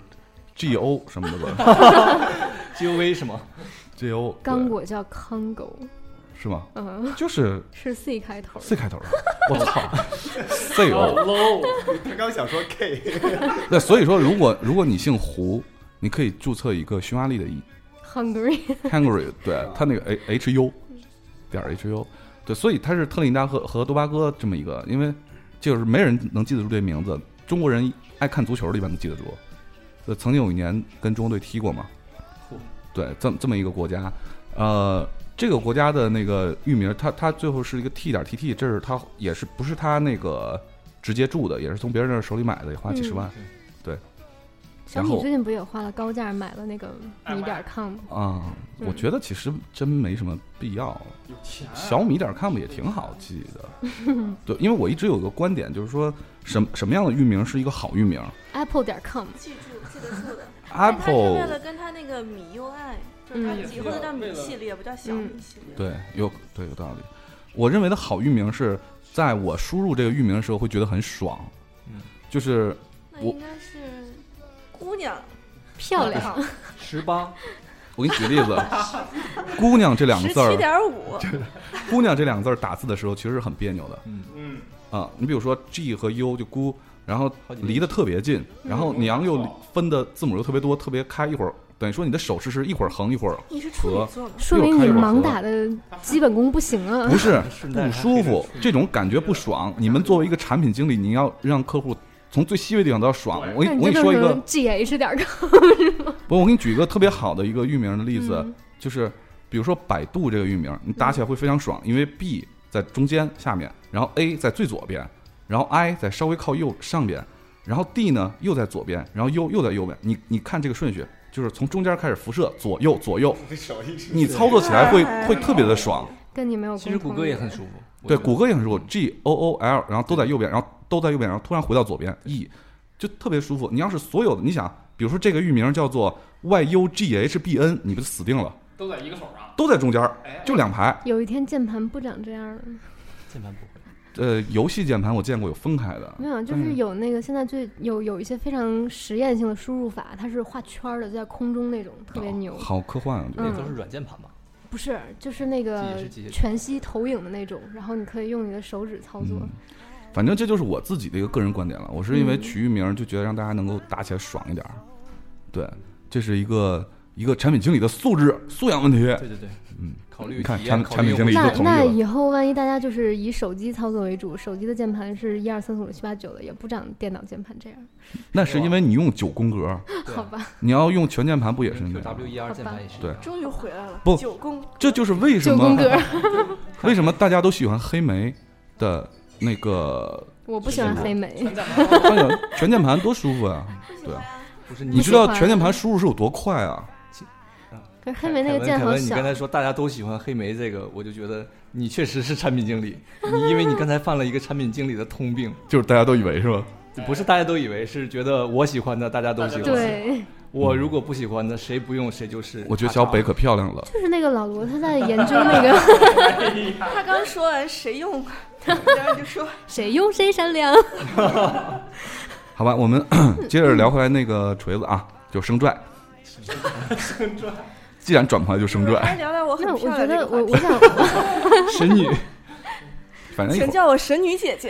G O 什么的吧 ？G O V 是吗 ？G O 刚果叫康狗。 是吗？ 嗯， 就是是 C 开头 ，C 开头的。我操 ，C O。 他刚想说 K。 那所以说，如果如果你姓胡，你可以注册一个匈牙利的 E。Hungary。Hungary， 对，他那个 H U 点 H U， 对，所以他是特立尼达和和多巴哥这么一个，因为就是没人能记得住这名字，中国人爱看足球的一般都记得住。呃，曾经有一年跟中国队踢过嘛，对，这么这么一个国家，呃。这个国家的那个域名，它它最后是一个 T 点 T T， 这是它也是不是它那个直接注的，也是从别人那手里买的，也花几十万。嗯、对。 小米最近不也花了高价买了那个米点 com 啊、嗯？我觉得其实真没什么必要。 有钱、啊。 小米点 com 也挺好记的。对，因为我一直有一个观点，就是说什么什么样的域名是一个好域名 ？Apple 点 com， 记住记得住的。 Apple 为了跟它那个米 U I。就是它以后叫米系列，不叫小米系列。 对，有对有道理。我认为的好域名是在我输入这个域名的时候会觉得很爽，嗯，就是那应该是姑娘漂亮十八。 我给你举个例子，姑娘这两个字儿， 十七点五。 姑娘这两个字儿打字的时候其实是很别扭的， 嗯嗯啊，你比如说 G 和 U 就姑，然后离得特别近，然后娘又分的字母又特别多，特别开，一会儿。等于说你的手势是一会儿横一会儿合， 说明你盲打的基本功不行啊！ 不是不舒服，这种感觉不爽。你们作为一个产品经理，你要让客户从最细微的地方都要爽。我我跟你说一个 G H 点 com 是吗？ 不，我给你举一个特别好的一个域名的例子，嗯、就是比如说百度这个域名，你打起来会非常爽，因为 B 在中间下面，然后 A 在最左边，然后 I 在稍微靠右上边，然后 D 呢又在左边，然后 U 又在右边。你你看这个顺序。就是从中间开始辐射，左右左右，你操作起来会会特别的爽。 跟你没有。 其实谷歌也很舒服。 对，谷歌也很舒服 ，G O O L， 然后都在右边，然后都在右边，然后突然回到左边 ，E， 就特别舒服。你要是所有的，你想，比如说这个域名叫做 Y U G H B N， 你不就死定了？ 都在一个手上， 都在中间，就两排。 有一天键盘不长这样了。 键盘不会。 呃，游戏键盘我见过有分开的， 没有，就是有那个现在最有有一些非常实验性的输入法，它是画圈的，就在空中那种，特别牛。 哦、好科幻啊！ 这个都是软键盘吧？ 不是，就是那个全息投影的那种，然后你可以用你的手指操作。 嗯、反正这就是我自己的一个个人观点了。我是因为取域名就觉得让大家能够打起来爽一点，嗯、对，这是一个一个产品经理的素质素养问题。 对对对。 嗯， 考虑你看产产品经理就同意了。 那那以后万一大家就是以手机操作为主，手机的键盘是一二三四五六七八九的，也不长电脑键盘这样。 那是因为你用九宫格， 好吧？ 你要用全键盘不也是那样 ？W E R 键盘也是。 对， 终于回来了。 不， 九宫， 这就是为什么九宫格为什么大家都喜欢黑莓的那个？ 我不喜欢黑莓。 全键盘多舒服啊！对， 不是你知道全键盘输入是有多快啊？ 可是黑莓那个键好小。 你刚才说大家都喜欢黑莓这个，我就觉得你确实是产品经理，你因为你刚才犯了一个产品经理的通病， 就是大家都以为是吧？ 不是大家都以为，是觉得我喜欢的大家都喜欢。 对， 我如果不喜欢的，谁不用谁就是。 我觉得小北可漂亮了。 就是那个老罗他在研究那个， 他刚说完谁用，然后就说谁用谁善良。 好吧，我们接着聊回来那个锤子啊，就生拽。 生拽。 既然转过来就生拽。 来聊聊我很漂亮的我我想神女。 反正请叫我神女姐姐。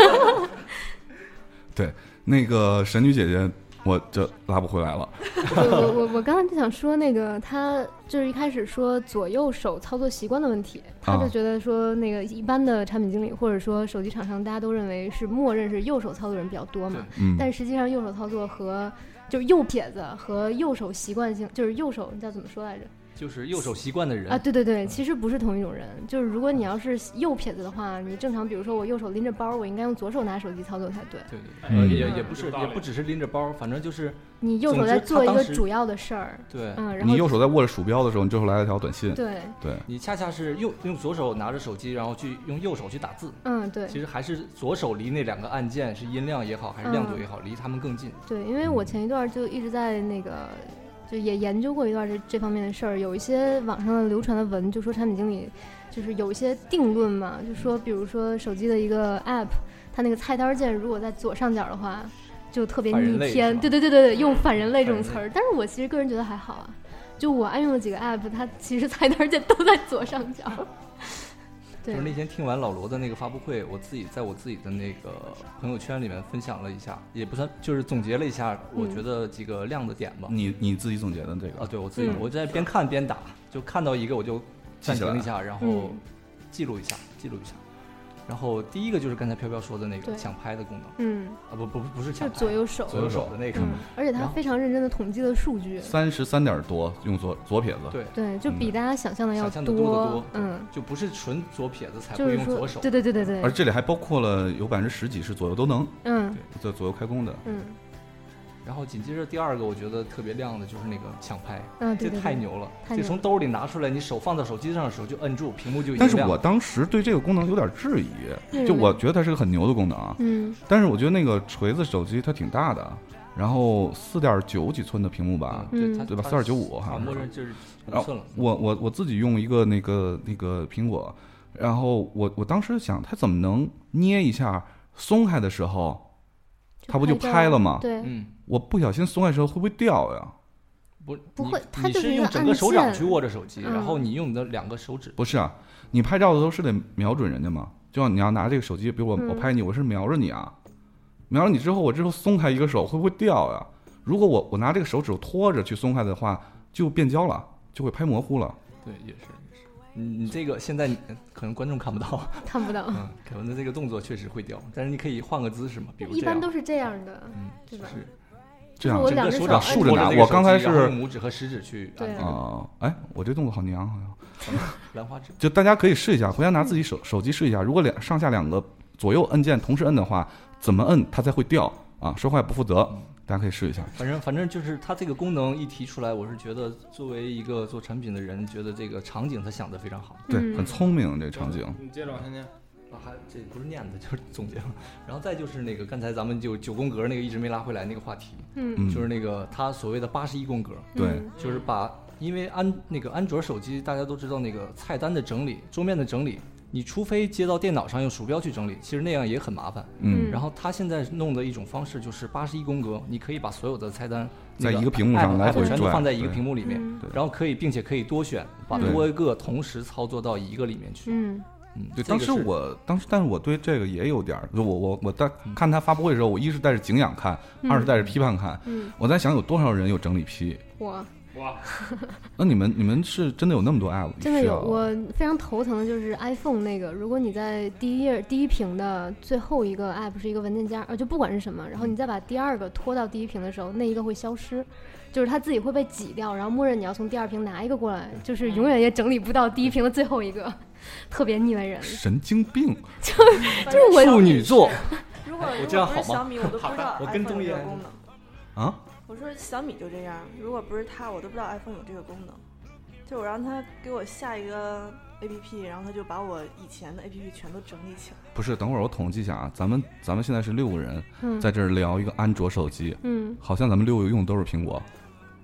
对，那个神女姐姐。我就拉不回来了。 我我我刚才就想说，那个他就是一开始说左右手操作习惯的问题，他就觉得说那个一般的产品经理或者说手机厂商，大家都认为是默认是右手操作人比较多嘛。 嗯。 但实际上右手操作和就是右撇子和右手习惯性，就是右手叫怎么说来着？ 就是右手习惯的人啊，对对对，其实不是同一种人。就是如果你要是右撇子的话，你正常比如说我右手拎着包，我应该用左手拿手机操作才对。 对对，呃，也也不是，也不只是拎着包，反正就是你右手在做一个主要的事儿。 对， 嗯，然后你右手在握着鼠标的时候，你这时候来了条短信。 对对， 你恰恰是用用左手拿着手机，然后去用右手去打字。 嗯，对。 其实还是左手离那两个按键是音量也好，还是亮度也好，离他们更近。 对，因为我前一段就一直在那个。就也研究过一段这这方面的事儿，有一些网上的流传的文就说产品经理就是有一些定论嘛，就说比如说手机的一个 app， 它那个菜单键如果在左上角的话，就特别逆天。对对对对对，用反人类这种词儿，但是我其实个人觉得还好啊，就我爱用的几个 app， 它其实菜单键都在左上角。 就是那天听完老罗的那个发布会，我自己在我自己的那个朋友圈里面分享了一下，也不算，就是总结了一下，我觉得几个亮的点吧。 嗯、你你自己总结的这个啊？对，我自己，嗯、我在边看边打，就看到一个我就暂停一下，然后记录一下，记录一下。然后第一个就是刚才飘飘说的那个抢拍的功能， 嗯， 啊不不不是抢拍， 左右手左右手的那个， 嗯、而且他非常认真的统计了数据， 三十三点多用左左撇子， 对对，就比大家想象的要多， 想象的多得多， 嗯， 就不是纯左撇子才会用左手， 对对对对对， 而这里还包括了有百分之十几是左右都能， 嗯， 对，左右开工的， 嗯。 然后紧接着第二个我觉得特别亮的就是那个抢拍， 嗯， 这太牛了，就从兜里拿出来，你手放到手机上的时候就摁住，屏幕就已经亮。 但是我当时对这个功能有点质疑， 嗯、 就我觉得它是个很牛的功能啊， 嗯， 但是我觉得那个锤子手机它挺大的，然后四点九几寸的屏幕吧， 嗯、 对吧？四点九五哈， 默认就是五寸了。我我我自己用一个那个那个苹果，然后我我当时想，它怎么能捏一下松开的时候？它不就拍了吗？ 对， 嗯， 我不小心松开的时候会不会掉呀？ 不， 不会， 你是用整个手掌去握着手机， 嗯、 然后你用你的两个手指。 不是啊，你拍照的时候是得瞄准人家吗？就像你要拿这个手机，比如我、 嗯、 我拍你，我是瞄着你啊，瞄着你之后，我之后松开一个手会不会掉呀？如果我我拿这个手指拖着去松开的话，就变焦了，就会拍模糊了。 对，也是。你这个现在可能观众看不到， 看不到。 嗯，凯文的这个动作确实会掉，但是你可以换个姿势嘛，比如一般都是这样的， 嗯， 对吧？ 是这样， 我两只手掌竖着拿。我刚才是用拇指和食指去对啊，哎，我这动作好娘，好像兰花指。 就大家可以试一下，回家拿自己手手机试一下，如果两上下两个左右按键同时摁的话，怎么摁它才会掉啊？说话也不负责。嗯，大家可以试一下。 反正反正就是它这个功能一提出来，我是觉得作为一个做产品的人，觉得这个场景他想得非常好。 对， 嗯、 很聪明这个场景。 你接着往下念。 啊，还这不是念的，就是总结了。然后再就是那个刚才咱们就九宫格那个一直没拉回来那个话题， 嗯， 就是那个它所谓的八十一宫格。 对、 嗯， 就是把因为安那个安卓手机大家都知道那个菜单的整理、桌面的整理。你除非接到电脑上用鼠标去整理，其实那样也很麻烦。 嗯， 然后他现在弄的一种方式就是八十一宫格，你可以把所有的菜单在一个屏幕上来回全都放在一个屏幕里面， 对， 然后可以并且可以多选，把多个同时操作到一个里面去。 嗯嗯， 对，当时我当时，但是我对这个也有点，就我我我在看他发布会的时候，我一是带着敬仰看， 嗯、 二是带着批判看。 嗯， 我在想有多少人有整理癖。 我。 哇， 那你们你们是真的有那么多 app？ 真的有，我非常头疼的就是 iPhone 那个，如果你在第一页第一屏的最后一个 app 是一个文件夹，呃，就不管是什么，然后你再把第二个拖到第一屏的时候，那一个会消失，就是它自己会被挤掉，然后默认你要从第二屏拿一个过来，就是永远也整理不到第一屏的最后一个，特别腻歪人。 神经病， 就就是我处女座。 如果我这样好吗？ 小米我都不知道我跟 iPhone 有这个功能。 啊？ 我说小米就这样，如果不是他，我都不知道 iPhone 有这个功能。就我让他给我下一个 A P P， 然后他就把我以前的 A P P 全都整理起来。 不是，等会儿我统计一下啊，咱们咱们现在是六个人，在这儿聊一个安卓手机， 嗯， 好像咱们六个用的都是苹果。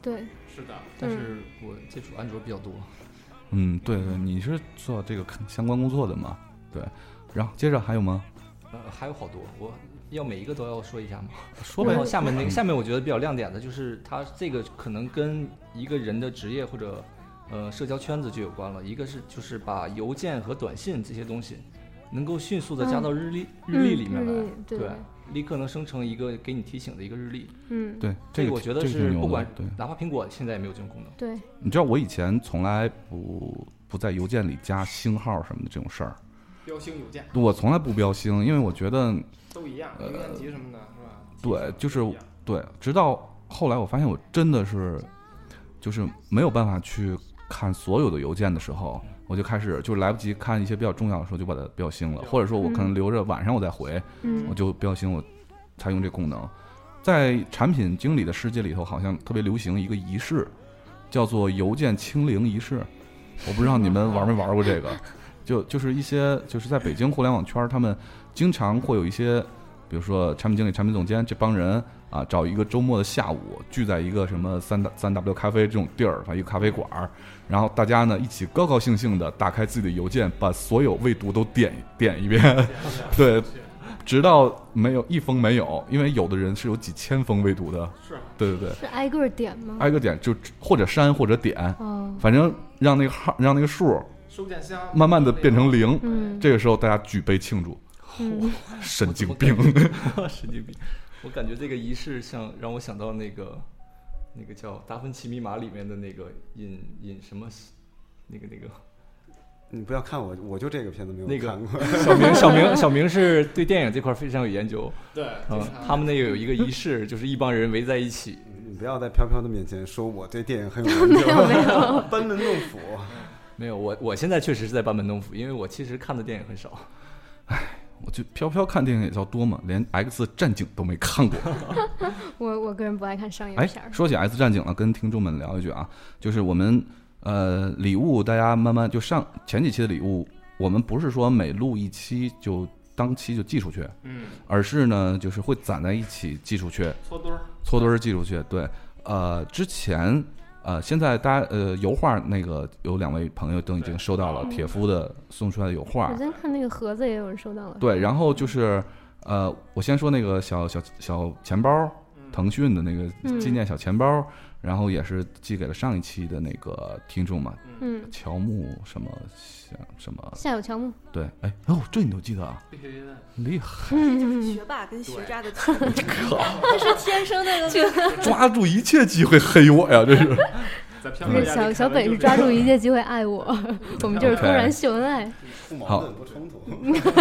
对， 是的， 但是我接触安卓比较多。 嗯，对对，你是做这个相关工作的嘛？对，然后接着还有吗？ 呃，还有好多，我要每一个都要说一下吗？ 说呗。 然后下面那个，下面我觉得比较亮点的就是它这个可能跟一个人的职业或者呃社交圈子就有关了。一个是就是把邮件和短信这些东西能够迅速的加到日历、嗯、日历里面来， 嗯、对。 对，立刻能生成一个给你提醒的一个日历。 嗯， 对， 这个我觉得是不管， 对， 哪怕苹果现在也没有这种功能。 对， 你知道我以前从来不不在邮件里加星号什么的这种事儿， 标星邮件， 我从来不标星，因为我觉得都一样，邮件集什么的，是吧？ 对，就是对，直到后来我发现我真的是就是没有办法去看所有的邮件的时候。我就开始就来不及看一些比较重要的时候就把它标星了，或者说我可能留着晚上我再回， 嗯、 我就标星，我才用这功能。在产品经理的世界里头，好像特别流行一个仪式，叫做邮件清零仪式。我不知道你们玩没玩过这个，就就是一些就是在北京互联网圈，他们经常会有一些，比如说产品经理、产品总监这帮人啊，找一个周末的下午聚在一个什么三三 W 咖啡这种地儿，一个咖啡馆。然后大家呢一起高高兴兴的打开自己的邮件，把所有未读都点点一遍，对，直到没有一封没有，因为有的人是有几千封未读的， 是， 对对对， 是挨个点吗？ 挨个点就或者删或者点， 哦， 反正让那个号让那个数收件箱慢慢的变成零， 嗯， 这个时候大家举杯庆祝， 嗯、 神经病， 神经病，我感觉这个仪式像让我想到那个。那个叫《达芬奇密码》里面的那个引引什么，那个那个， 你不要看我，我就这个片子没有看过。 那个、小明，小明，小明是对电影这块非常有研究。 对， 嗯，他们那个有一个仪式，就是一帮人围在一起。 你不要在飘飘的面前说我对电影很有研究， 没有没有， 班门弄斧。 没有，我我现在确实是在班门弄斧，因为我其实看的电影很少。 唉。我就飘飘看电影也叫多嘛，连 X 战警都没看过。 我我个人不爱看商业片。 哎，说起 X 战警了，跟听众们聊一句啊，就是我们呃礼物，大家慢慢就上前几期的礼物，我们不是说每录一期就当期就寄出去， 嗯， 而是呢就是会攒在一起寄出去， 搓堆儿， 搓堆儿寄出去。对，呃，之前。呃，现在大家呃油画那个有两位朋友都已经收到了铁夫的送出来的油画。 我先看那个盒子也有人收到了。 对，然后就是呃，我先说那个小小小钱包，腾讯的那个纪念小钱包，嗯、然后也是寄给了上一期的那个听众嘛。 嗯。 乔木什么什么。 夏有乔木。 对，哎哦，这你都记得啊？ 必须的。 厉害。 嗯，学霸跟学渣的区别。这是天生的这个。 抓住一切机会黑我呀，这是。 不是小小北是抓住一切机会爱我，我们就是公然秀恩爱。 不矛盾不冲突。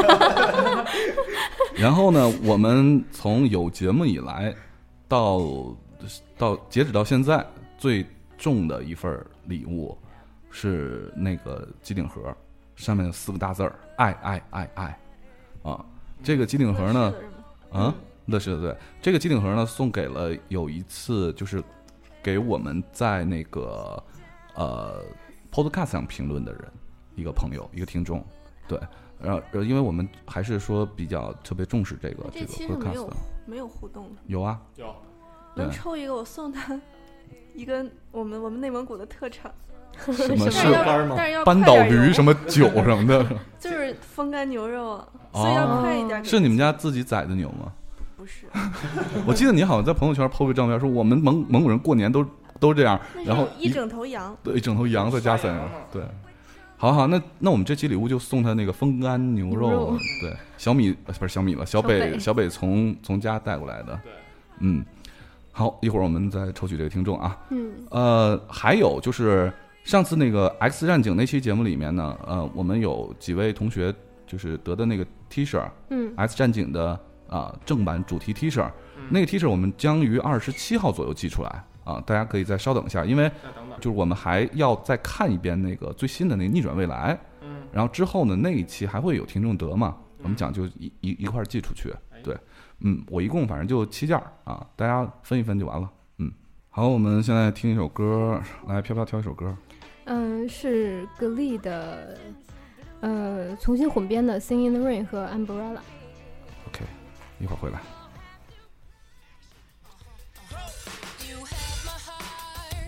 然后呢，我们从有节目以来，到到截止到现在，最重的一份礼物是那个机顶盒，上面有四个大字儿“爱爱爱爱”啊。这个机顶盒呢，啊，乐视的对，这个机顶盒呢送给了有一次就是给我们在那个呃 Podcast 上评论的人，一个朋友，一个听众，对。然后，因为我们还是说比较特别重视这个这这个 podcast 没有没有互动的， 有啊， 有， 能抽一个我送他一个我们我们内蒙古的特产， 什么是干吗？ 扳倒驴什么酒什么的， 就是风干牛肉啊，所以要快一点。 是你们家自己宰的牛吗？ 不是， 我记得你好像在朋友圈 po 个照片，说我们蒙蒙古人过年都都这样，然后一整头羊， 对，一整头羊再加三上，对。好好，那那我们这期礼物就送他那个风干牛肉， 牛肉对，小米不是小米了，小北小北小北从从家带过来的， 对， 嗯，好，一会儿我们再抽取这个听众啊， 嗯， 呃，还有就是上次那个 X 战警那期节目里面呢，呃，我们有几位同学就是得的那个 T 恤， 嗯 ，X 战警的啊、呃、正版主题 T 恤，那个 T 恤我们将于二十七号左右寄出来。啊，大家可以再稍等一下，因为就是我们还要再看一遍那个最新的那个逆转未来， 嗯， 然后之后呢那一期还会有听众得嘛，我们讲就一一一块寄出去，对，嗯，我一共反正就七件啊，大家分一分就完了，嗯，好，我们现在听一首歌，来飘飘挑一首歌， 嗯，是格力的，呃，重新混编的《Sing in the Rain》和《Umbrella》。 OK， 一会儿回来。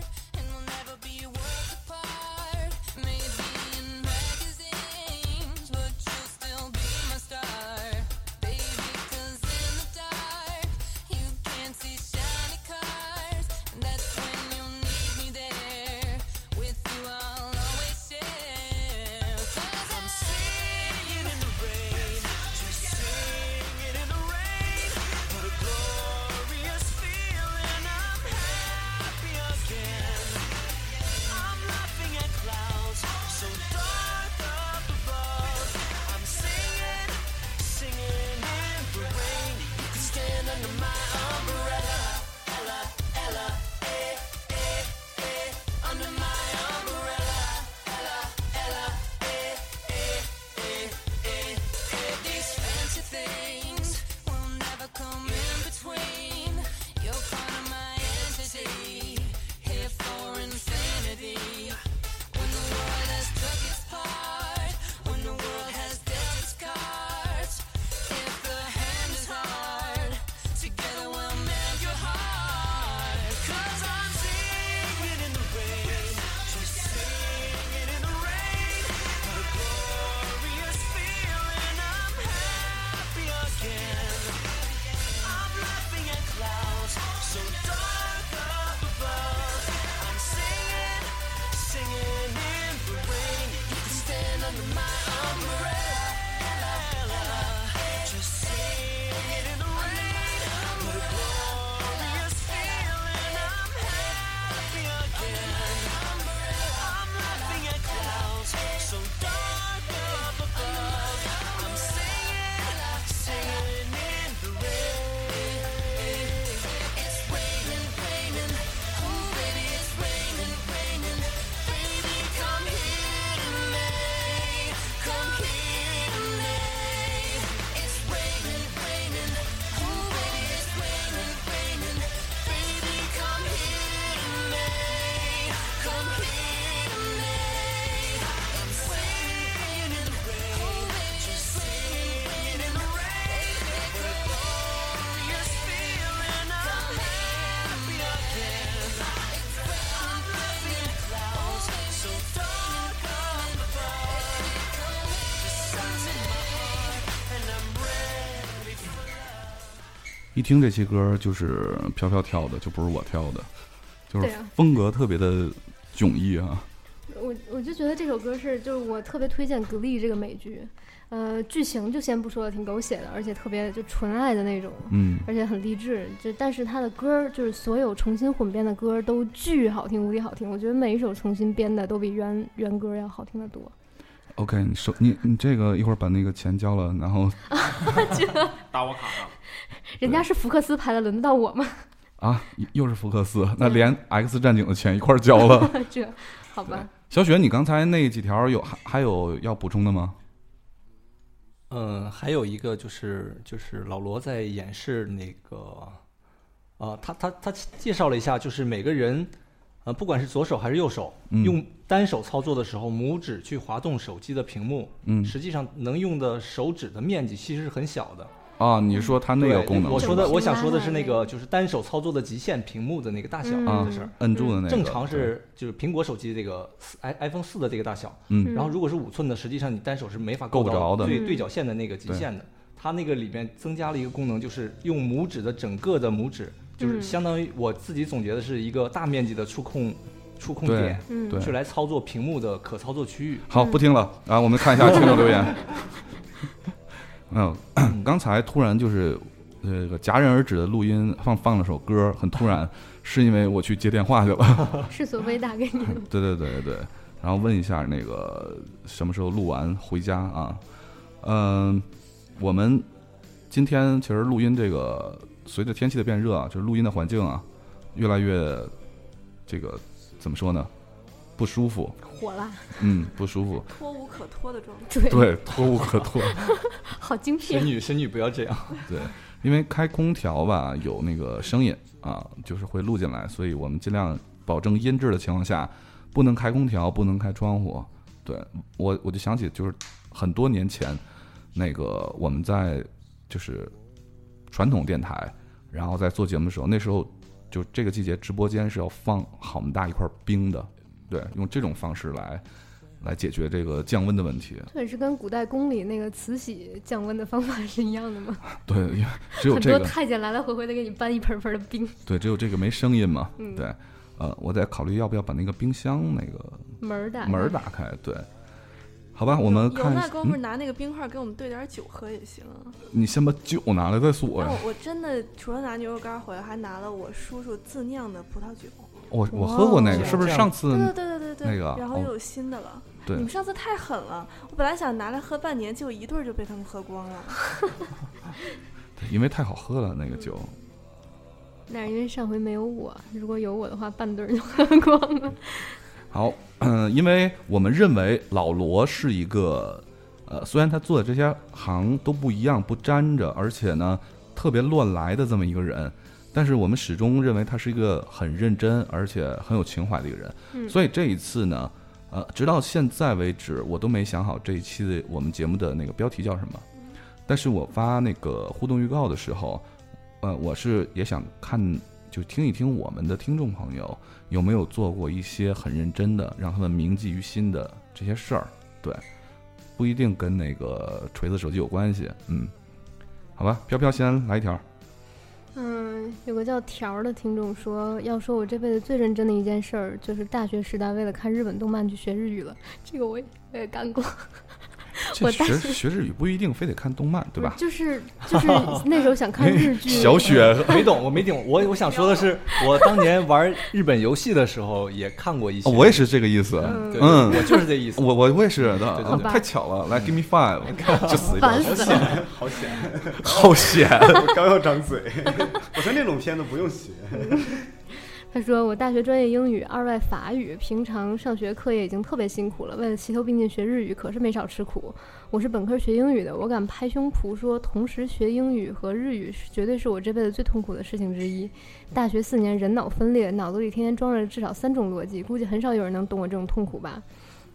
一听这期歌就是飘飘挑的，就不是我挑的，就是风格特别的迥异啊。 我我就觉得这首歌是，就是我特别推荐《Glee》这个美剧，呃，剧情就先不说了，挺狗血的，而且特别就纯爱的那种， 嗯， 而且很励志。就但是他的歌，就是所有重新混编的歌都巨好听，无敌好听。我觉得每一首重新编的都比原原歌要好听得多。 OK， 你手你你这个一会儿把那个钱交了，然后打我卡上。 人家是福克斯拍的，轮得到我吗？ 啊，又是福克斯，那连 X 战警的钱一块交了。 这好吧。 小雪，你刚才那几条有还还有要补充的吗？ 嗯，还有一个就是就是老罗在演示那个，呃，他他他介绍了一下，就是每个人，呃，不管是左手还是右手， 嗯、 用单手操作的时候，拇指去滑动手机的屏幕， 嗯， 实际上能用的手指的面积其实是很小的。 啊，你说它那个功能？ 我说的，我想说的是那个，就是单手操作的极限屏幕的那个大小的事儿。 摁住的那个。 正常是就是苹果手机这个 i iPhone 四的这个大小， 嗯， 然后如果是五寸的，实际上你单手是没法够不着的， 对对角线的那个极限的。它那个里面增加了一个功能，就是用拇指的整个的拇指，就是相当于我自己总结的是一个大面积的触控触控点， 对， 去来操作屏幕的可操作区域。 好，不听了啊，我们看一下听众留言。嗯，刚才突然就是这个戛然而止的录音放放了首歌，很突然，是因为我去接电话去了。 是索菲打给你。 对对对对，然后问一下那个什么时候录完回家啊？嗯，我们今天其实录音这个随着天气的变热啊，就是录音的环境啊，越来越这个怎么说呢？不舒服， 火辣， 嗯，不舒服， 脱无可脱的状态， 对，脱无可脱， 好精辟。 神女，神女不要这样。 对，因为开空调吧，有那个声音啊，就是会录进来，所以我们尽量保证音质的情况下，不能开空调，不能开窗户。对我，我就想起就是很多年前，那个我们在就是传统电台，然后在做节目的时候，那时候就这个季节直播间是要放好大一块冰的。对，用这种方式来来解决这个降温的问题。 对，是跟古代宫里那个慈禧降温的方法是一样的吗？ 对，因为只有这个很多太监来来回回的给你搬一盆盆的冰。 对，只有这个没声音嘛。 嗯、 对，呃，我在考虑要不要把那个冰箱那个门打门打开。对，好吧，我们看。 有那功夫拿那个冰块给我们兑点酒喝也行啊。 你先把酒拿来再说呀。 我我真的除了拿牛肉干回来，还拿了我叔叔自酿的葡萄酒。 我我喝过那个，是不是上次对对对对对那个？ 然后又有新的了。 哦、对， 你们上次太狠了，我本来想拿来喝半年，结果一顿就被他们喝光了。 对，因为太好喝了那个酒。 那是因为上回没有我，如果有我的话，半顿就喝光了。 好，嗯、呃，因为我们认为老罗是一个，呃，虽然他做的这些行都不一样，不沾着，而且呢特别乱来的这么一个人。但是我们始终认为他是一个很认真而且很有情怀的一个人， 嗯、 所以这一次呢，呃，直到现在为止，我都没想好这一期的我们节目的那个标题叫什么。但是我发那个互动预告的时候，呃，我是也想看，就听一听我们的听众朋友有没有做过一些很认真的，让他们铭记于心的这些事儿。对，不一定跟那个锤子手机有关系。嗯，好吧，飘飘先来一条。 嗯，有个叫条的听众说，要说我这辈子最认真的一件事儿，就是大学时代为了看日本动漫去学日语了。这个我也我也干过。 这学学日语不一定非得看动漫，对吧？ 就是就是那时候想看日剧。 小雪没懂，我没懂。我我想说的是，我当年玩日本游戏的时候也看过一些。 哦、我也是这个意思。 嗯， 对对嗯我就是这意思。 我我我也是的， 对对对太巧了。来 ，give me five， 就死一烦死了， 好险， 好险！ 我刚要张嘴。我说那种片子不用学。 他说我大学专业英语，二外法语，平常上学课业已经特别辛苦了，为了齐头并进学日语可是没少吃苦。我是本科学英语的，我敢拍胸脯说同时学英语和日语绝对是我这辈子最痛苦的事情之一。大学四年人脑分裂，脑子里天天装着至少三种逻辑，估计很少有人能懂我这种痛苦吧。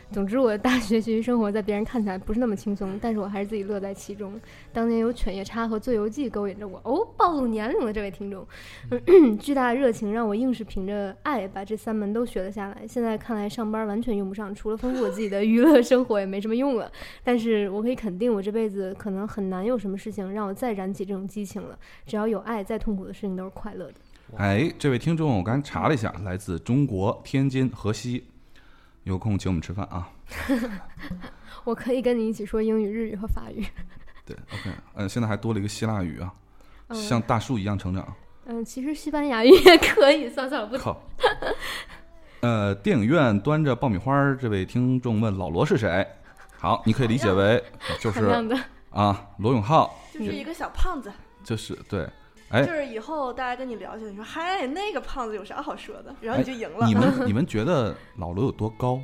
总之，我的大学学习生活在别人看起来不是那么轻松，但是我还是自己乐在其中。当年有《犬夜叉》和《醉游记》勾引着我。哦，暴露年龄了，这位听众。嗯、巨大的热情让我硬是凭着爱把这三门都学了下来。现在看来上班完全用不上，除了丰富我自己的娱乐生活也没什么用了。但是我可以肯定，我这辈子可能很难有什么事情让我再燃起这种激情了。只要有爱，再痛苦的事情都是快乐的。 哎，这位听众，我刚才查了一下，来自中国天津河西。有空请我们吃饭啊！ 我可以跟你一起说英语、日语和法语。 对 ，OK， 嗯，现在还多了一个希腊语啊，嗯、像大树一样成长。 嗯，其实西班牙语也可以，算算了，不靠。呃，电影院端着爆米花，这位听众问老罗是谁？好，你可以理解为就是啊，罗永浩， 就是一个小胖子， 就是对。哎， 就是以后大家跟你聊起来，你说嗨，那个胖子有啥好说的，然后你就赢了。 你们你们觉得老罗有多高？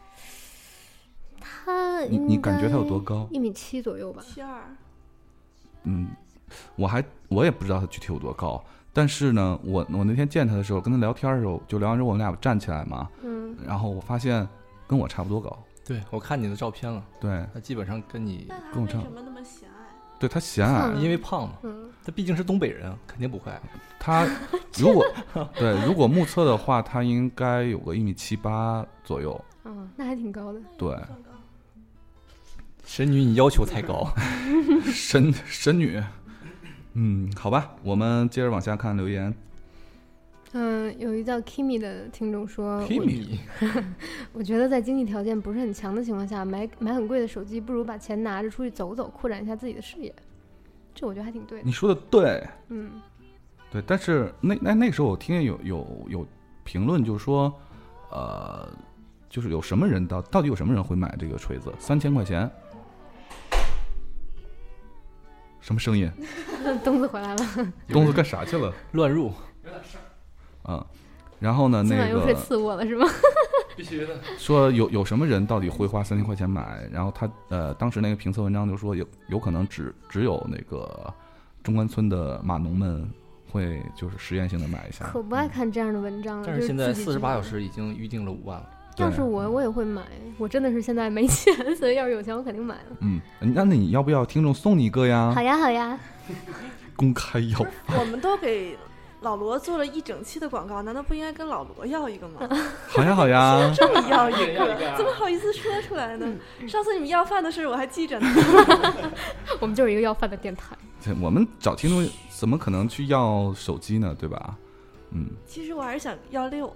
他你你感觉他有多高？ 一米七左右吧， 七二。 嗯，我还我也不知道他具体有多高，但是呢，我我那天见他的时候，跟他聊天的时候，就聊完之后我们俩站起来嘛，嗯，然后我发现跟我差不多高。 对，我看你的照片了， 对， 他基本上跟你跟我差。 为什么那么狭隘？ 对他狭隘， 因为胖嘛。嗯。他毕竟是东北人，肯定不会。 他如果对如果目测的话，他应该有个一米七八左右。 嗯，那还挺高的。 对。 神女，你要求太高。 神神女，嗯，好吧，我们接着往下看留言。 嗯，有一叫 Kimi 的听众说 ，Kimi， 我, 我觉得在经济条件不是很强的情况下，买买很贵的手机，不如把钱拿着出去走走，扩展一下自己的视野。这我觉得还挺对的。 你说的对， 嗯， 对，但是那那那个时候我听见有有有评论，就是说，呃，就是有什么人到到底有什么人会买这个锤子？三千块钱，什么声音？ 东子回来了。 东子干啥去了？ 乱入， 有点事儿。 嗯，然后呢，那个又是刺我了是吗？ 必须的。 说有有什么人到底会花三千块钱买？然后他呃，当时那个评测文章就说有有可能只只有那个中关村的码农们会就是实验性的买一下。 可不爱看这样的文章了。 但是现在四十八小时已经预定了五万了。 要是我，我也会买。我真的是现在没钱，所以要是有钱，我肯定买了。 嗯，那你要不要听众送你一个呀？ 好呀，好呀。 公开要。 我们都给老罗做了一整期的广告，难道不应该跟老罗要一个吗？ 好呀，好呀。 这么要一个，怎么好意思说出来呢？上次你们要饭的事我还记着呢。 我们就是一个要饭的电台。 我们找听众怎么可能去要手机呢？对吧？嗯。 其实我还是想要六。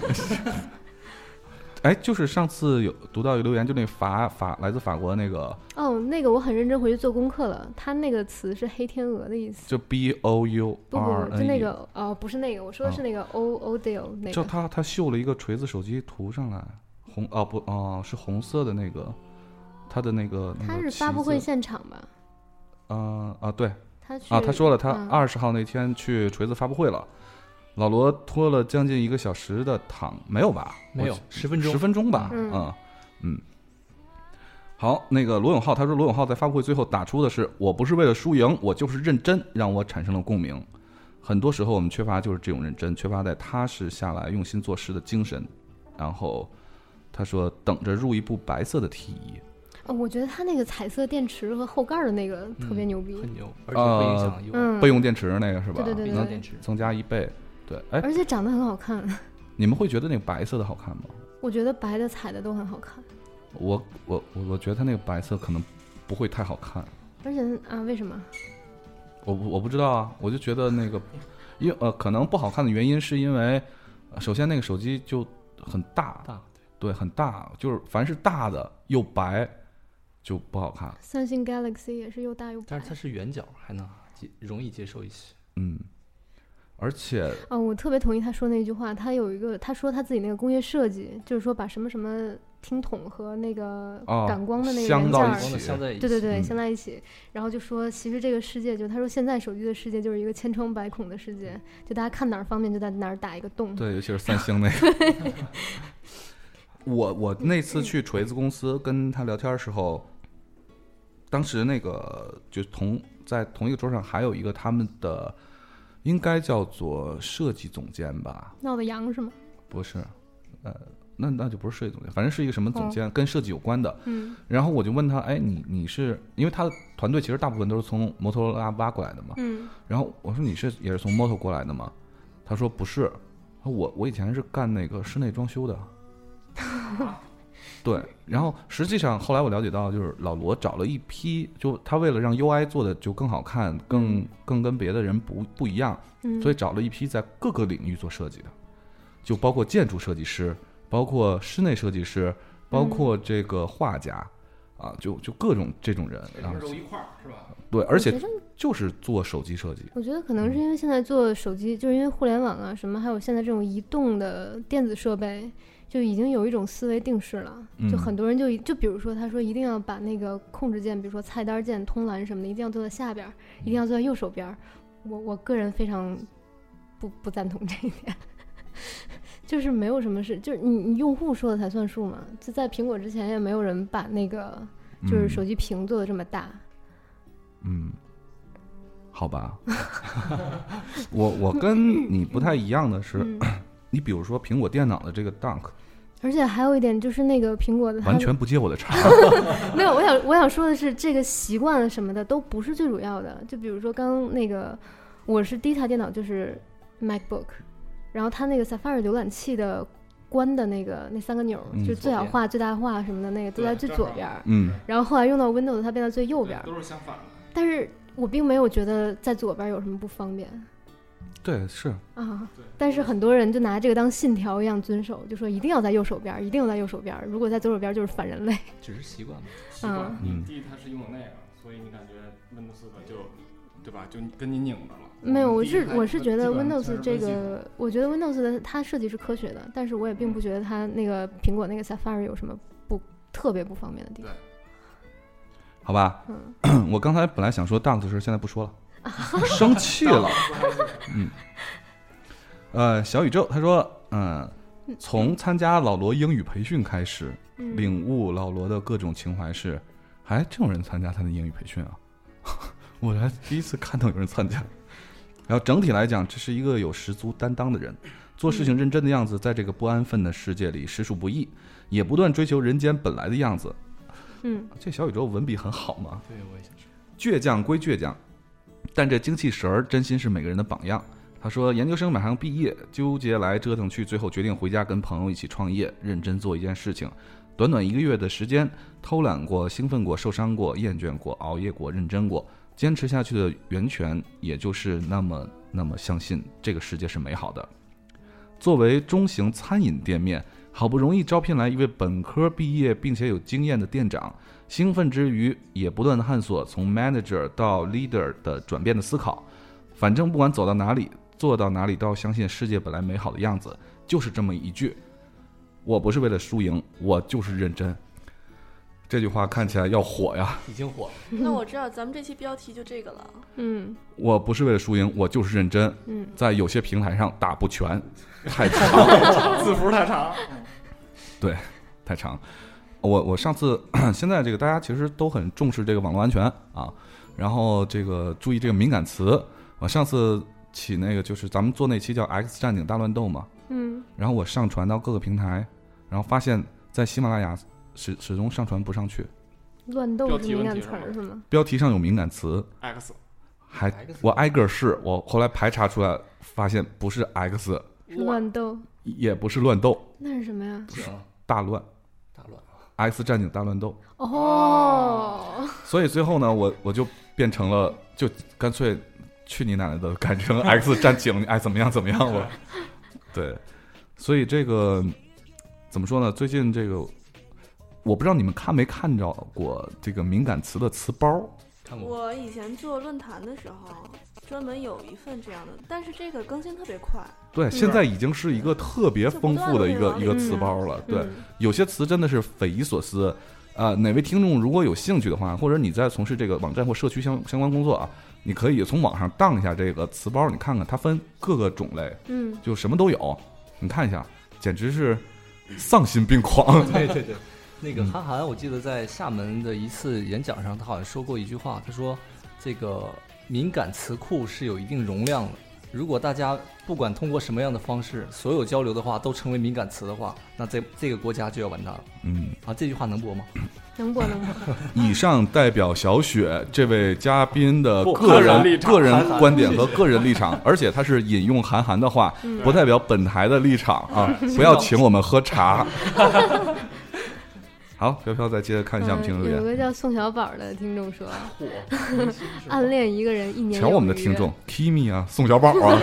哎，就是上次有读到一个留言，就那法法来自法国那个哦，那个我很认真回去做功课了。他那个词是黑天鹅的意思， 就 B O U R N E。 不不，就那个哦，不是那个，我说的是那个 O O D O 那个。 就他他秀了一个锤子手机图上来，红哦不哦是红色的那个，他的那个那个。 他是发布会现场吧？ 嗯 啊, 啊对， 他去啊他说了，他二十号那天去锤子发布会了。嗯老罗拖了将近一个小时的躺，没有吧？ 没有，十分钟， 十分钟吧。嗯 嗯, 嗯。好，那个罗永浩他说，罗永浩在发布会最后打出的是“我不是为了输赢，我就是认真”，让我产生了共鸣。很多时候我们缺乏就是这种认真，缺乏在踏实下来、用心做事的精神。然后他说，等着入一部白色的 T 一。 哦，我觉得他那个彩色电池和后盖的那个特别牛逼， 嗯、很牛，而且不影响用、 呃、 备用电池那个是吧？ 对对对对， 能电池增加一倍。对，哎， 而且长得很好看。 你们会觉得那个白色的好看吗？ 我觉得白的、彩的都很好看。 我我我我觉得它那个白色可能不会太好看。 而且啊，为什么？ 我我不知道啊，我就觉得那个，因为呃，可能不好看的原因是因为，首先那个手机就很大， 大对，很大，就是凡是大的又白就不好看。 三星 Galaxy 也是又大又白， 但是它是圆角，还能接容易接受一些。 嗯。而且， 哦，我特别同意他说那句话。他有一个，他说他自己那个工业设计，就是说把什么什么听筒和那个感光的那个元件相在一起， 对对对， 嗯、 相在一起。然后就说，其实这个世界，就他说现在手机的世界就是一个千疮百孔的世界，就大家看哪儿方便就在哪儿打一个洞。 对，尤其是三星那个。我我那次去锤子公司跟他聊天的时候，当时那个就同在同一个桌上还有一个他们的。应该叫做设计总监吧？ 闹的羊是吗？ 不是，呃， 那那就不是设计总监，反正是一个什么总监，哦、跟设计有关的。 嗯， 然后我就问他，哎，你你是因为他的团队其实大部分都是从摩托罗拉挖过来的嘛。 嗯， 然后我说你是也是从摩托过来的吗？他说不是，我我以前是干那个室内装修的。对，然后实际上后来我了解到，就是老罗找了一批，就他为了让 U I 做的就更好看，更更跟别的人不不一样， 嗯， 所以找了一批在各个领域做设计的，就包括建筑设计师，包括室内设计师，包括这个画家，嗯、啊，就就各种这种人，然后揉一块儿是吧？ 对，而且就是做手机设计。 我觉得可能是因为现在做手机，就是因为互联网啊什么，还有现在这种移动的电子设备。就已经有一种思维定式了，就很多人就就比如说他说一定要把那个控制键，比如说菜单键、通栏什么的，一定要坐在下边，一定要坐在右手边。我我个人非常不不赞同这一点，就是没有什么事，就是你你用户说的才算数嘛。就在苹果之前也没有人把那个就是手机屏做的这么大。 嗯，好吧，我我跟你不太一样的是。嗯你比如说苹果电脑的这个 Dunk， 而且还有一点就是那个苹果的完全不接我的茬。 没有，我想我想说的是，这个习惯什么的都不是最主要的。就比如说刚刚那个，我是第一台电脑就是 MacBook， 然后它那个 Safari 浏览器的关的那个那三个钮，嗯、就是最小化、最大化什么的那个都在最左边。 嗯。 然后后来用到 Windows， 它变到最右边。 都是相反的。 但是我并没有觉得在左边有什么不方便。 对，是啊，但是很多人就拿这个当信条一样遵守，就说一定要在右手边，一定要在右手边，如果在左手边就是反人类。 只是习惯嘛， 习惯。你弟他是用的那个，所以你感觉 Windows 的就，对吧？就跟你拧着了。 没有，我是我是觉得 Windows 这个，我觉得 Windows 的它设计是科学的，但是我也并不觉得它那个苹果那个 Safari 有什么不特别不方便的地方。 好吧， 嗯， 我刚才本来想说 Dunk 的事，现在不说了。生气了，嗯，呃，小宇宙他说，嗯，从参加老罗英语培训开始， 嗯、 领悟老罗的各种情怀是，还这种人参加他的英语培训啊，我还第一次看到有人参加。然后整体来讲，这是一个有十足担当的人，做事情认真的样子，在这个不安分的世界里实属不易，也不断追求人间本来的样子。 嗯， 这小宇宙文笔很好嘛？ 对，我也想说， 倔强归倔强。但这精气神儿真心是每个人的榜样。他说研究生马上毕业，纠结来折腾去，最后决定回家跟朋友一起创业，认真做一件事情。短短一个月的时间，偷懒过，兴奋过，受伤过，厌倦过，熬夜过，认真过，坚持下去的源泉，也就是那么那么相信这个世界是美好的。作为中型餐饮店面，好不容易招聘来一位本科毕业并且有经验的店长，兴奋之余也不断的探索从 manager 到 leader 的转变的思考。反正不管走到哪里，做到哪里，都要相信世界本来美好的样子。就是这么一句，我不是为了输赢，我就是认真。这句话看起来要火呀， 已经火了。 那我知道咱们这期标题就这个了。 嗯， 我不是为了输赢，我就是认真。 嗯， 在有些平台上打不全，太长， 字符太长。 对，太长。我我上次现在这个大家其实都很重视这个网络安全啊，然后这个注意这个敏感词。我上次起那个就是咱们做那期叫 X 战警大乱斗嘛， 嗯， 然后我上传到各个平台，然后发现在喜马拉雅始始终上传不上去。 乱斗是敏感词儿是吗？ 标题上有敏感词 X， 还我挨个试，我后来排查出来，发现不是 X， 乱斗也不是乱斗， 那是什么呀？ 是大乱， 大乱 X 战警大乱斗。 哦， 所以最后呢，我我就变成了，就干脆去你奶奶的，改成 X 战警，爱怎么样怎么样了。对，所以这个怎么说呢？最近这个。我不知道你们看没看着过这个敏感词的词包？ 看过。 我以前做论坛的时候，专门有一份这样的，但是这个更新特别快。 对，嗯、现在已经是一个特别丰富的一个一个词包了。对， 嗯、 有些词真的是匪夷所思。啊、呃，哪位听众如果有兴趣的话，或者你在从事这个网站或社区相相关工作啊，你可以从网上当一下这个词包，你看看它分各个种类， 嗯， 就什么都有，你看一下，简直是丧心病狂。 对对对。那个韩寒，我记得在厦门的一次演讲上，他好像说过一句话，他说：“这个敏感词库是有一定容量的， 如果大家不管通过什么样的方式，所有交流的话都成为敏感词的话，那这这个国家就要完蛋了。 嗯， 啊，这句话能播吗？ 能播能播。 以上代表小雪这位嘉宾的个人个人观点和个人立场，而且他是引用韩寒的话，不代表本台的立场啊！不要请我们喝茶。好，飘飘再接着看一下我们听众留言。 有个叫宋小宝的听众说，暗恋一个人一年有余。 瞧我们的听众 Kimi 啊，宋小宝啊。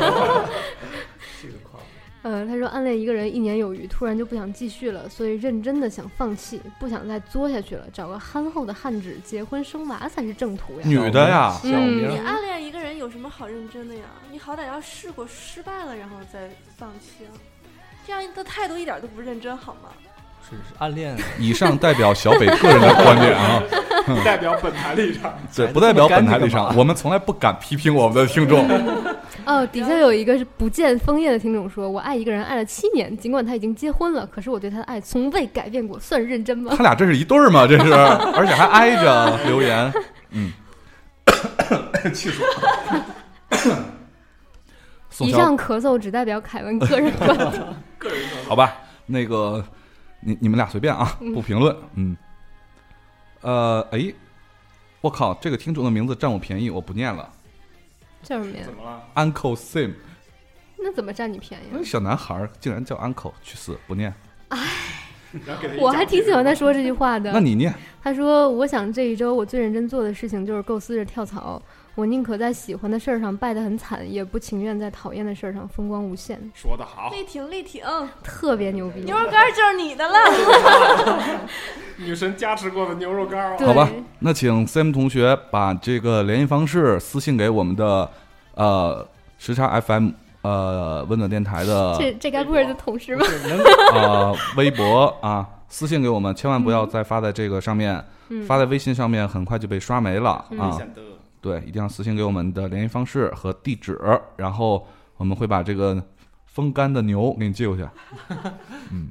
呃，他说暗恋一个人一年有余，突然就不想继续了，所以认真的想放弃，不想再作下去了，找个憨厚的汉子结婚生娃才是正途呀。 女的呀， 嗯， 你暗恋一个人有什么好认真的呀？你好歹要试过失败了，然后再放弃啊，这样的态度一点都不认真，好吗？ 是是暗恋。 以上代表小北个人的观点啊， 不代表本台立场。 对，不代表本台立场，我们从来不敢批评我们的听众。 哦，底下有一个是不见枫叶的听众说，我爱一个人爱了七年，尽管他已经结婚了，可是我对他的爱从未改变过，算认真吗？ 他俩这是一对儿吗？这是，而且还挨着留言。嗯，气死我！ 以上咳嗽只代表凯文个人观点。 个人好吧，那个你你们俩随便啊，不评论。嗯，呃，哎，我靠，这个听众的名字占我便宜，我不念了。 叫什么呀？ 怎么了 ？Uncle Sim。 那怎么占你便宜？ 那小男孩竟然叫 Uncle， 去死！不念。 哎，我还挺喜欢他说这句话的。 那你念。 他说：“我想这一周我最认真做的事情就是构思着跳槽。我宁可在喜欢的事儿上败得很惨，也不情愿在讨厌的事儿上风光无限。” 说得好， 力挺力挺， 特别牛逼。 牛肉干就是你的了。 女神加持过的牛肉干啊！ 好吧，那请 Sam 同学把这个联系方式私信给我们的呃时差 F M 呃温暖电台的这这该不会是同事吧？ 呃微博啊，私信给我们，千万不要再发在这个上面， 嗯、 发在微信上面很快就被刷没了、 嗯、 啊。对，一定要私信给我们的联系方式和地址，然后我们会把这个风干的牛给你寄过去。嗯，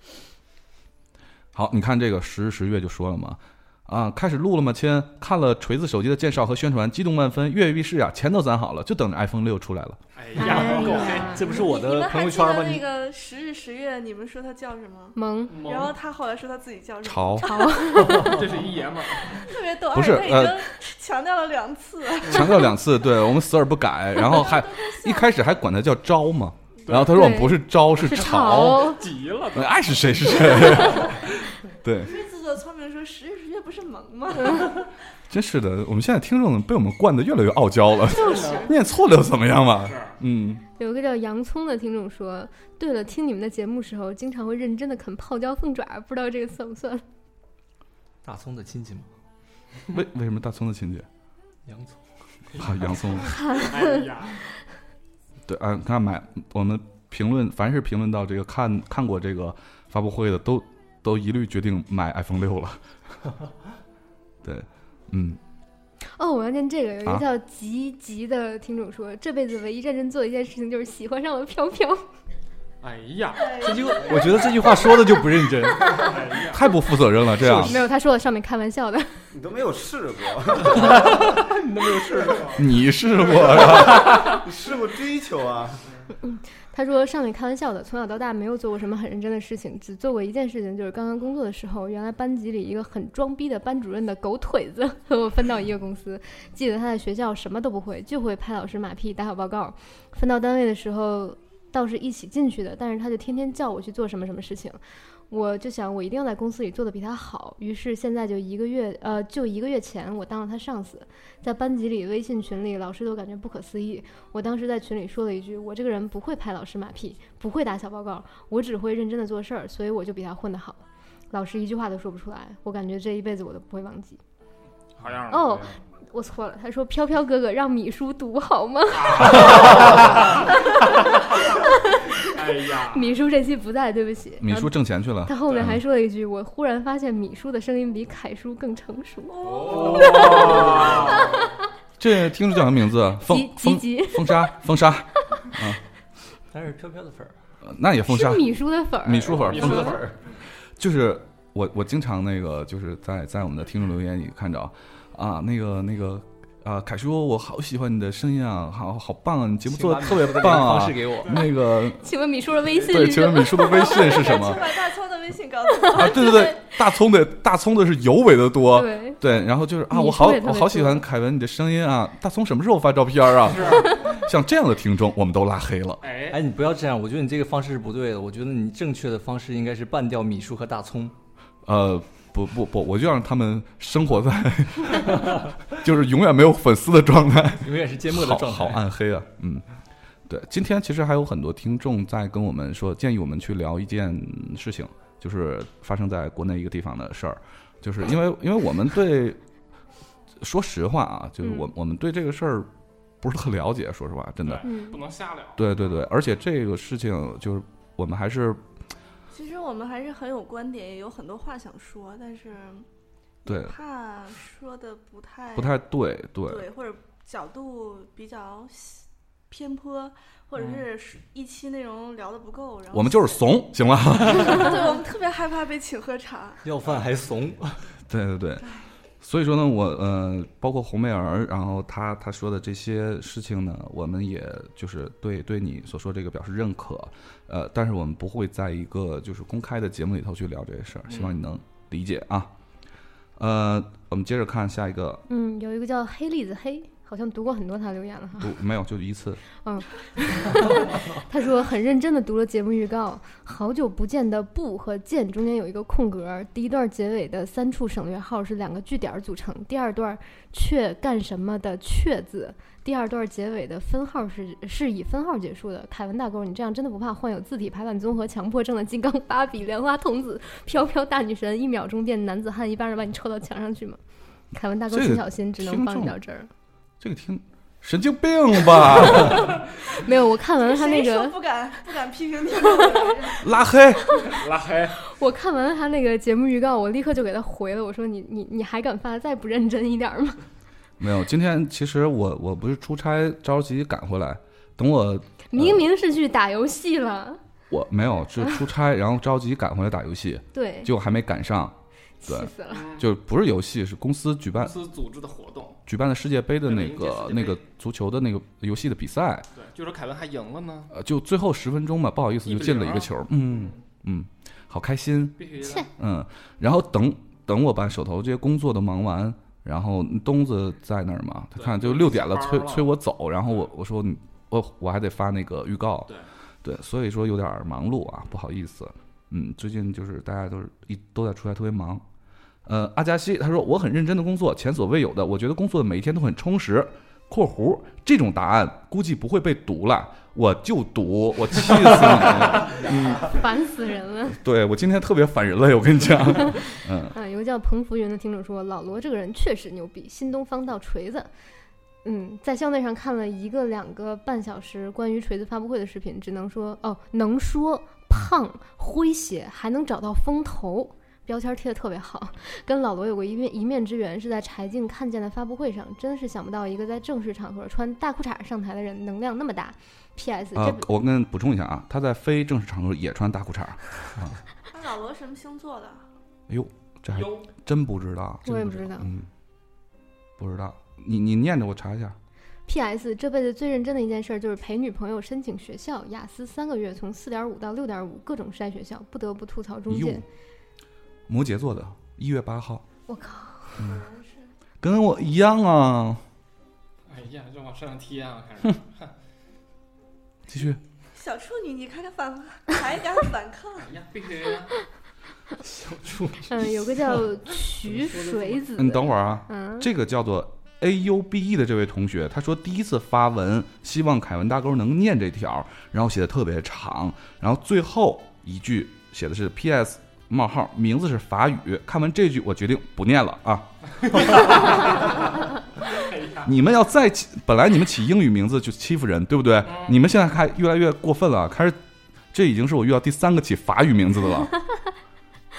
好，你看这个十十月就说了嘛，啊，开始录了吗？亲，看了锤子手机的介绍和宣传，激动万分，跃跃欲试呀，钱都攒好了，就等着 iPhone 六出来了。 哎呀，够黑！ 这不是我的朋友圈吗？ 那个十日十月，你们说他叫什么？ 萌。 然后他后来说他自己叫什么？ 潮。 潮。 这是一爷们儿。 特别逗， 不是， 他已经强调了两次。 强调两次，对我们死而不改，然后还一开始还管他叫招嘛，然后他说我们不是招，是潮。 急了， 爱是谁是谁。对。 自作聪明说十日十月不是萌吗？ 真是的，我们现在听众被我们惯得越来越傲娇了。 就是念错了又怎么样嘛？嗯。 有个叫洋葱的听众说：“对了，听你们的节目时候，经常会认真的啃泡椒凤爪，不知道这个算不算？” 大葱的亲戚吗？ 为为什么大葱的亲戚？ 洋葱。 啊，洋葱。 哎呀。 对，啊，看买我们评论，凡是评论到这个看看过这个发布会的，都都一律决定买 iPhone 六了。对。嗯， 哦，我要念这个。有一个叫吉吉的听众说，啊、这辈子唯一认真做的一件事情就是喜欢上了飘飘。 哎呀， 这句我觉得这句话说的就不认真， 哎、 太不负责任了。这样没有，他说的上面开玩笑的。 你都没有试过， 你都没有试过， 你试过呀？ 你试过追求啊？ 嗯，他说上面开玩笑的，从小到大没有做过什么很认真的事情，只做过一件事情，就是刚刚工作的时候，原来班级里一个很装逼的班主任的狗腿子和我分到一个公司。记得他在学校什么都不会，就会拍老师马屁打小报告。分到单位的时候倒是一起进去的，但是他就天天叫我去做什么什么事情。我就想我一定要在公司里做得比他好，于是现在就一个月呃，就一个月前我当了他上司，在班级里微信群里老师都感觉不可思议。我当时在群里说了一句，我这个人不会拍老师马屁，不会打小报告，我只会认真的做事儿，所以我就比他混得好。老师一句话都说不出来，我感觉这一辈子我都不会忘记。 好样的哦，我错了，他说飘飘哥哥让米叔读好吗？ 哎呀， 米叔这期不在，对不起。 米叔挣钱去了。 他后面还说了一句：“我忽然发现米叔的声音比凯叔更成熟。” 哦， 这听着叫什么名字？风风风沙风沙啊， 但是飘飘的粉儿， 那也风沙。 是米叔的粉儿， 米叔粉儿， 米叔的粉儿。 就是我我经常那个就是在在我们的听众留言里看着啊，那个那个啊，凯叔，我好喜欢你的声音啊，好好棒啊，你节目做的特别棒啊。 方式给我那个， 请问米叔的微信？ 对，请问米叔的微信是什么？ 把大葱的微信告诉我。 啊，对对对，大葱的大葱的是尤为的多。 对对，然后就是啊，我好我好喜欢凯文你的声音啊，大葱什么时候发照片啊？像这样的听众，我们都拉黑了。 哎哎，你不要这样，我觉得你这个方式是不对的。我觉得你正确的方式应该是办掉米叔和大葱。 呃。不不不，我就让他们生活在就是永远没有粉丝的状态， 永远是缄默的状态， 好, 好暗黑啊。嗯，对，今天其实还有很多听众在跟我们说，建议我们去聊一件事情，就是发生在国内一个地方的事儿，就是因为因为我们对，说实话啊，就是我、嗯、我们对这个事儿不是特了解，说实话，真的， 嗯、不能瞎聊。 对对对，而且这个事情就是我们还是。 其实我们还是很有观点，也有很多话想说，但是对怕说的不太不太对，对对，或者角度比较偏颇，或者是一期内容聊的不够，然后我们就是怂，行吧？ 对，我们特别害怕被请喝茶， 要饭还怂。 对对对。所以说呢，我呃，包括红妹儿，然后她她说的这些事情呢，我们也就是对对你所说这个表示认可，呃，但是我们不会在一个就是公开的节目里头去聊这些事儿，希望你能理解啊。呃，我们接着看下一个， 嗯，有一个叫黑栗子黑，好像读过很多他留言了哈。 读没有，就一次。 嗯，他说很认真的读了节目预告，好久不见的不和见中间有一个空格，第一段结尾的三处省略号是两个句点组成，第二段却干什么的却字，第二段结尾的分号是是以分号结束的。凯文大狗，你这样真的不怕患有自体排卵综合强迫症的金刚芭比、莲花童子、飘飘大女神一秒钟变男子汉，一般人把你抽到墙上去吗？凯文大狗，请小心，只能帮你到这儿。 这个听神经病吧？ 没有，我看完了他那个不敢不敢批评你拉黑拉黑。 我看完了他那个节目预告，我立刻就给他回了，我说你你你还敢发再不认真一点吗？ 没有，今天其实我我不是出差着急赶回来，等我明明是去打游戏了，呃、 我没有是出差，然后着急赶回来打游戏， 对， 结果还没赶上。对， 气死了！ 就不是游戏，是公司举办、 公司组织的活动， 举办的世界杯的那个那个足球的那个游戏的比赛。 对，就说凯文还赢了呢。 呃，就最后十分钟嘛，不好意思就进了一个球，嗯嗯，好开心。 必须的。 嗯，然后等等我把手头这些工作都忙完，然后东子在那儿嘛，他看就六点了，催催我走，然后我我说你我我还得发那个预告， 对对，所以说有点忙碌啊，不好意思。嗯，最近就是大家都是一都在出来特别忙。呃，阿加西他说我很认真的工作，前所未有的，我觉得工作的每一天都很充实。括弧这种答案估计不会被读了，我就读，我气死你了，嗯， 烦死人了。 对，我今天特别烦人类，我跟你讲。嗯， 啊，有个叫彭福云的听众说，老罗这个人确实牛逼，新东方到锤子。嗯，在校内上看了一个两个半小时关于锤子发布会的视频，只能说哦，能说胖诙谐，还能找到风头。标签贴的特别好，跟老罗有过一面一面之缘，是在柴静看见的发布会上，真是想不到一个在正式场合穿大裤衩上台的人能量那么大。P S 啊、呃，我跟补充一下啊，他在非正式场合也穿大裤衩啊。 他老罗什么星座的？ 哎呦，这还真不知道， 我也不知道， 嗯，不知道，你你念着我查一下。 P S 这辈子最认真的一件事就是陪女朋友申请学校，雅思三个月从四点五到六点五，各种筛学校，不得不吐槽中介。 摩羯座的，一月八号。 我靠， 嗯，跟我一样啊！ 哎呀，就往身上贴啊！看着， 继续。 小处女，你看看反，还敢反抗？ 哎呀，必须的。 小处女。 嗯，有个叫曲水子。 你等会儿啊， 嗯， 这个叫做 A U B E 的这位同学，他说第一次发文，希望凯文大沟能念这条，然后写的特别长，然后最后一句写的是 P S。冒号名字是法语，看完这句我决定不念了啊！你们要再起，本来你们起英语名字就欺负人，对不对？你们现在开越来越过分了，开始，这已经是我遇到第三个起法语名字的了。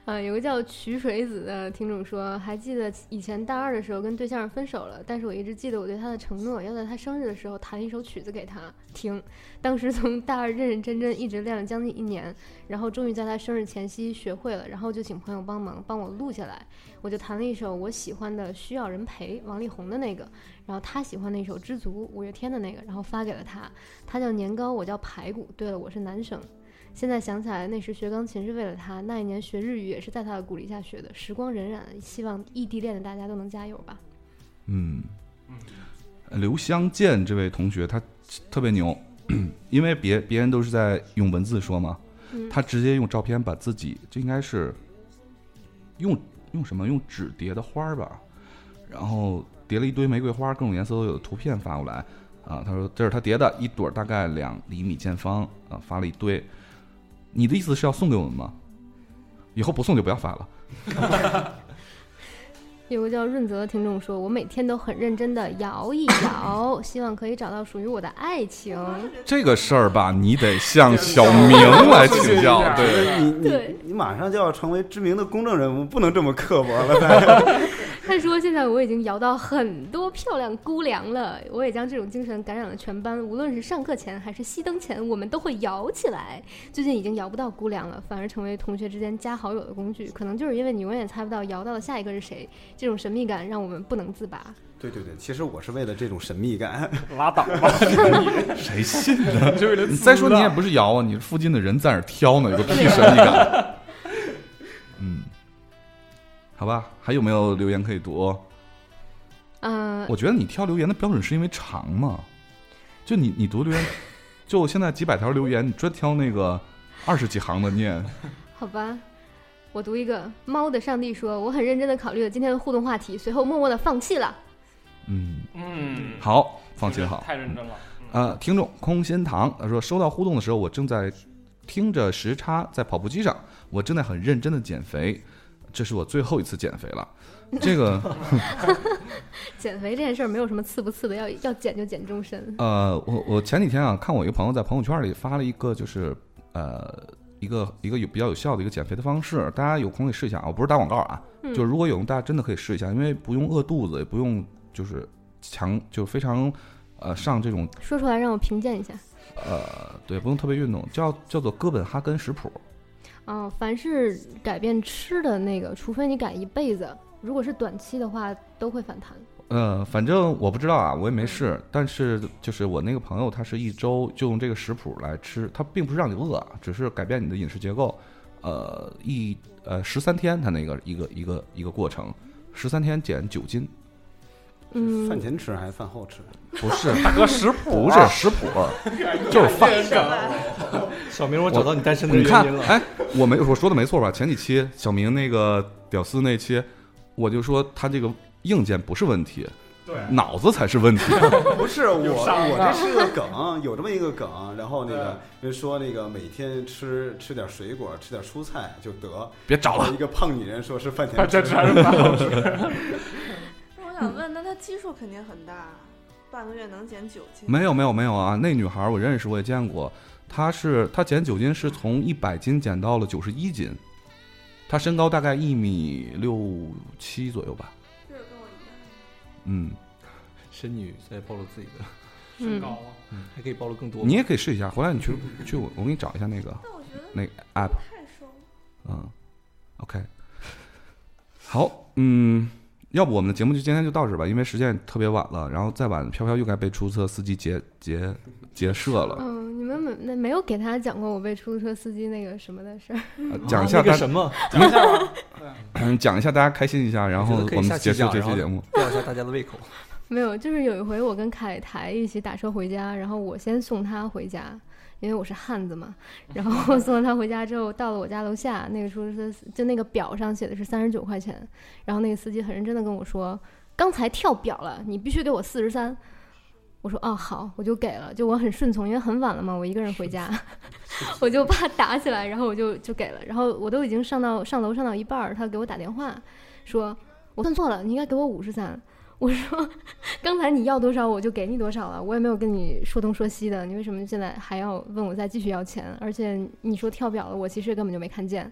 呃，有个叫曲水子的听众说，还记得以前大二的时候跟对象分手了，但是我一直记得我对他的承诺，要在他生日的时候弹一首曲子给他听。当时从大二认认真真一直练了将近一年，然后终于在他生日前夕学会了，然后就请朋友帮忙帮我录下来。我就弹了一首我喜欢的《需要人陪》王力宏的那个，然后他喜欢那首《知足》五月天的那个，然后发给了他。他叫年糕，我叫排骨。对了，我是男生。现在想起来，那时学钢琴是为了他，那一年学日语也是在他的鼓励下学的。时光荏苒，希望异地恋的大家都能加油吧。 嗯，刘香建这位同学他特别牛，因为别别人都是在用文字说嘛，嗯、他直接用照片把自己，这应该是用用什么？用纸叠的花吧，然后叠了一堆玫瑰花，各种颜色都有的图片发过来啊。他说这是他叠的一朵，大概两厘米见方啊，发了一堆。你的意思是要送给我们吗？以后不送就不要发了。 有个叫润泽的听众说，我每天都很认真的摇一摇，希望可以找到属于我的爱情。 这个事儿吧，你得向小明来请教。对， 你你你马上就要成为知名的公众人物，不能这么刻薄了。 他说现在我已经摇到很多漂亮姑娘了，我也将这种精神感染了全班，无论是上课前还是熄灯前，我们都会摇起来。最近已经摇不到姑娘了，反而成为同学之间加好友的工具，可能就是因为你永远猜不到摇到的下一个是谁，这种神秘感让我们不能自拔。 对对对，其实我是为了这种神秘感。 拉倒吧， 谁信呢？你再说你也不是摇啊，你附近的人在那儿挑呢，有个屁神秘感。嗯，好吧，还有没有留言可以读？嗯、呃，我觉得你挑留言的标准是因为长嘛，就你你读留言，就现在几百条留言，你专挑那个二十几行的念。 好吧。我读一个，猫的上帝说，我很认真的考虑了今天的互动话题，随后默默的放弃了。 嗯嗯， 好，放弃好， 太认真了。 呃，听众空心堂他说，收到互动的时候，我正在听着时差在跑步机上，我正在很认真的减肥，这是我最后一次减肥了。这个减肥这件事儿没有什么次不次的，要要减就减终身。 呃，我我前几天啊，看我一个朋友在朋友圈里发了一个，就是呃。一个一个有比较有效的一个减肥的方式，大家有空可以试一下。我不是打广告啊，嗯、就如果有大家真的可以试一下，因为不用饿肚子，也不用就是强，就非常呃上这种。 说出来让我评鉴一下。 呃，对，不用特别运动，叫叫做哥本哈根食谱。 哦，凡是改变吃的那个，除非你改一辈子，如果是短期的话，都会反弹。 呃，反正我不知道啊，我也没试。但是就是我那个朋友，他是一周就用这个食谱来吃，他并不是让你饿，只是改变你的饮食结构。呃，一呃十三天，他那个一个一个一个过程，十三天减九斤。 嗯， 饭前吃还是饭后吃？ 不是， 大哥食谱不是食谱，就是饭。 小明，我找到你单身的原因了。 哎，我没我说的没错吧？前几期小明那个屌丝那期，我就说他这个。硬件不是问题， 对， 脑子才是问题。 不是我，我这是个梗，有这么一个梗。然后那个人说，那个每天吃吃点水果，吃点蔬菜就得。 别找了。 一个胖女人说是饭前吃，这还是饭后吃。 我想问，那她基数肯定很大，半个月能减九斤？ 没有没有没有啊！那女孩我认识，我也见过，她是她减九斤是从一百斤减到了九十一斤，她身高大概一米六七左右吧。嗯， 神女在暴露自己的身高啊， 嗯，还可以暴露更多。 你也可以试一下，回来你去去我我给你找一下那个， 但我觉得那个 app 太瘦。 嗯 ，OK， 好，嗯，要不我们的节目就今天就到这吧，因为时间特别晚了，然后再晚飘飘又该被出租车司机劫劫劫射了。 嗯，你们没那没有给他讲过我被出租车司机那个什么的事儿、 呃？讲一下、 啊、那个什么？ 讲一下吧。嗯，讲一下，大家开心一下，然后我们结束这期节目， 吊一下大家的胃口。 没有，就是有一回我跟凯台一起打车回家，然后我先送他回家，因为我是汉子嘛。然后送了他回家之后，到了我家楼下，那个出租车就那个表上写的是三十九块钱，然后那个司机很认真的跟我说：“刚才跳表了，你必须给我四十三。”我说：“哦，好，我就给了。”就我很顺从，因为很晚了嘛，我一个人回家，我就怕打起来，然后我就就给了。然后我都已经上到上楼上到一半，他给我打电话说：“我算错了，你应该给我五十三。”我说：“刚才你要多少我就给你多少了，我也没有跟你说东说西的，你为什么现在还要问我再继续要钱？而且你说跳表了，我其实根本就没看见。”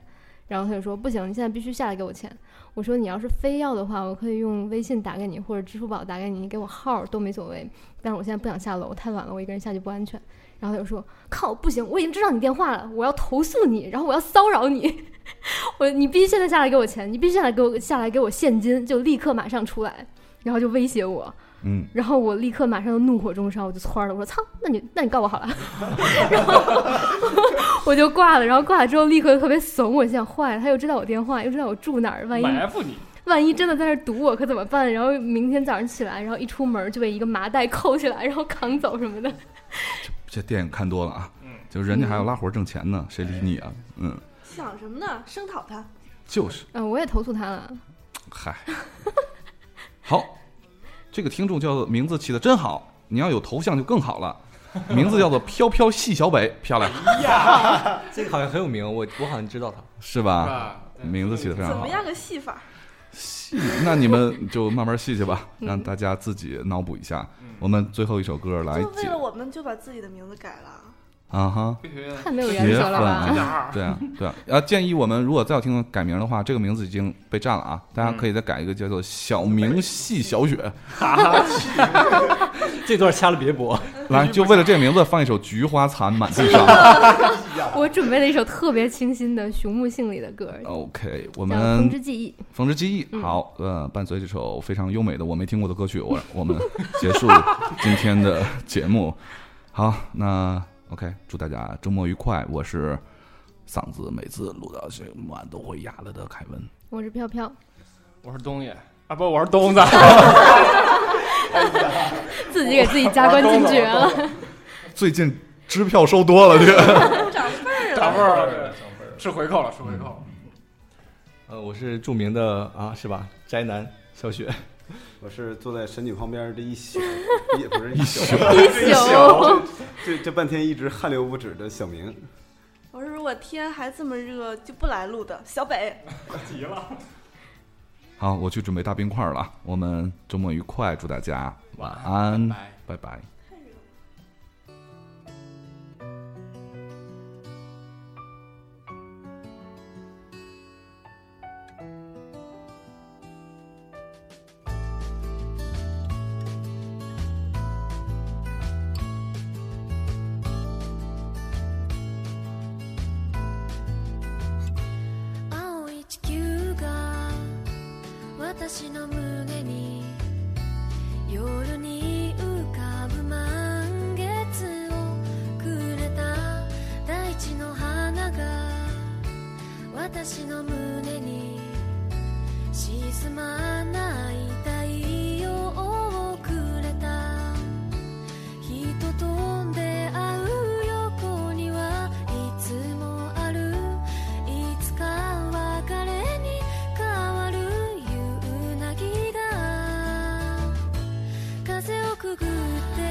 然后他就说不行，你现在必须下来给我钱。我说你要是非要的话，我可以用微信打给你或者支付宝打给你，你给我号都没所谓，但是我现在不想下楼，太晚了，我一个人下去不安全。然后他就说靠，不行，我已经知道你电话了，我要投诉你，然后我要骚扰你，我你必须现在下来给我钱，你必须下来给我下来给我现金，就立刻马上出来，然后就威胁我。 嗯， 然后我立刻马上就怒火中烧，我就窜了，我说操，那你那你告我好了，然后我就挂了，然后挂了之后立刻特别怂，我想坏了，他又知道我电话，又知道我住哪儿，万一埋伏你， 万一真的在那堵我可怎么办？然后明天早上起来，然后一出门就被一个麻袋扣起来，然后扛走什么的。 这, 这电影看多了啊，嗯，就人家还要拉活挣钱呢，嗯、谁理你啊？嗯， 想什么呢？声讨他， 就是， 嗯、呃，我也投诉他了。 嗨，好。这个听众叫做名字起得真好，你要有头像就更好了。名字叫做飘飘细小北，漂亮。 呀，这个好像很有名，我我好像知道他， 是吧？名字起得非常好。 怎么样个戏法？ 戏，那你们就慢慢戏去吧，让大家自己脑补一下。嗯、我们最后一首歌来， 就为了我们就把自己的名字改了。 啊哈， 太没有原则了吧？ 对啊，对啊。啊，建议我们如果再要听改名的话，这个名字已经被占了啊，大家可以再改一个叫做小明细小雪。 这段掐了别播。 来，就为了这个名字放一首《菊花残满地伤》。 我准备了一首特别清新的熊木杏里的歌。 OK， 我们 《风之记忆》。 风之记忆，好，呃，伴随这首非常优美的我没听过的歌曲，我我们结束今天的节目。好，那。OK， 祝大家周末愉快！我是嗓子每次录到这晚都会哑了的凯文， 我是飘飘， 我是东野啊，不，我是东子， 自己给自己加官进爵了。 最近支票收多了，这个涨份儿了， 涨份儿了，吃回扣了，吃回扣了。 呃，我是著名的啊，是吧？宅男小雪。 我是坐在神女旁边这一宿，也不是一宿， 一宿， 这这半天一直汗流不止的小明。 我说如果天还这么热，就不来录的小北。 急了。 好，我去准备大冰块了。我们周末愉快，祝大家晚安，拜拜。拜拜。 私の胸に夜に浮かぶ満月をくれた大地の花が私の胸に沈まない太陽をくれた人と出会う横にはいつもあるいつか別れに変わる風をくぐって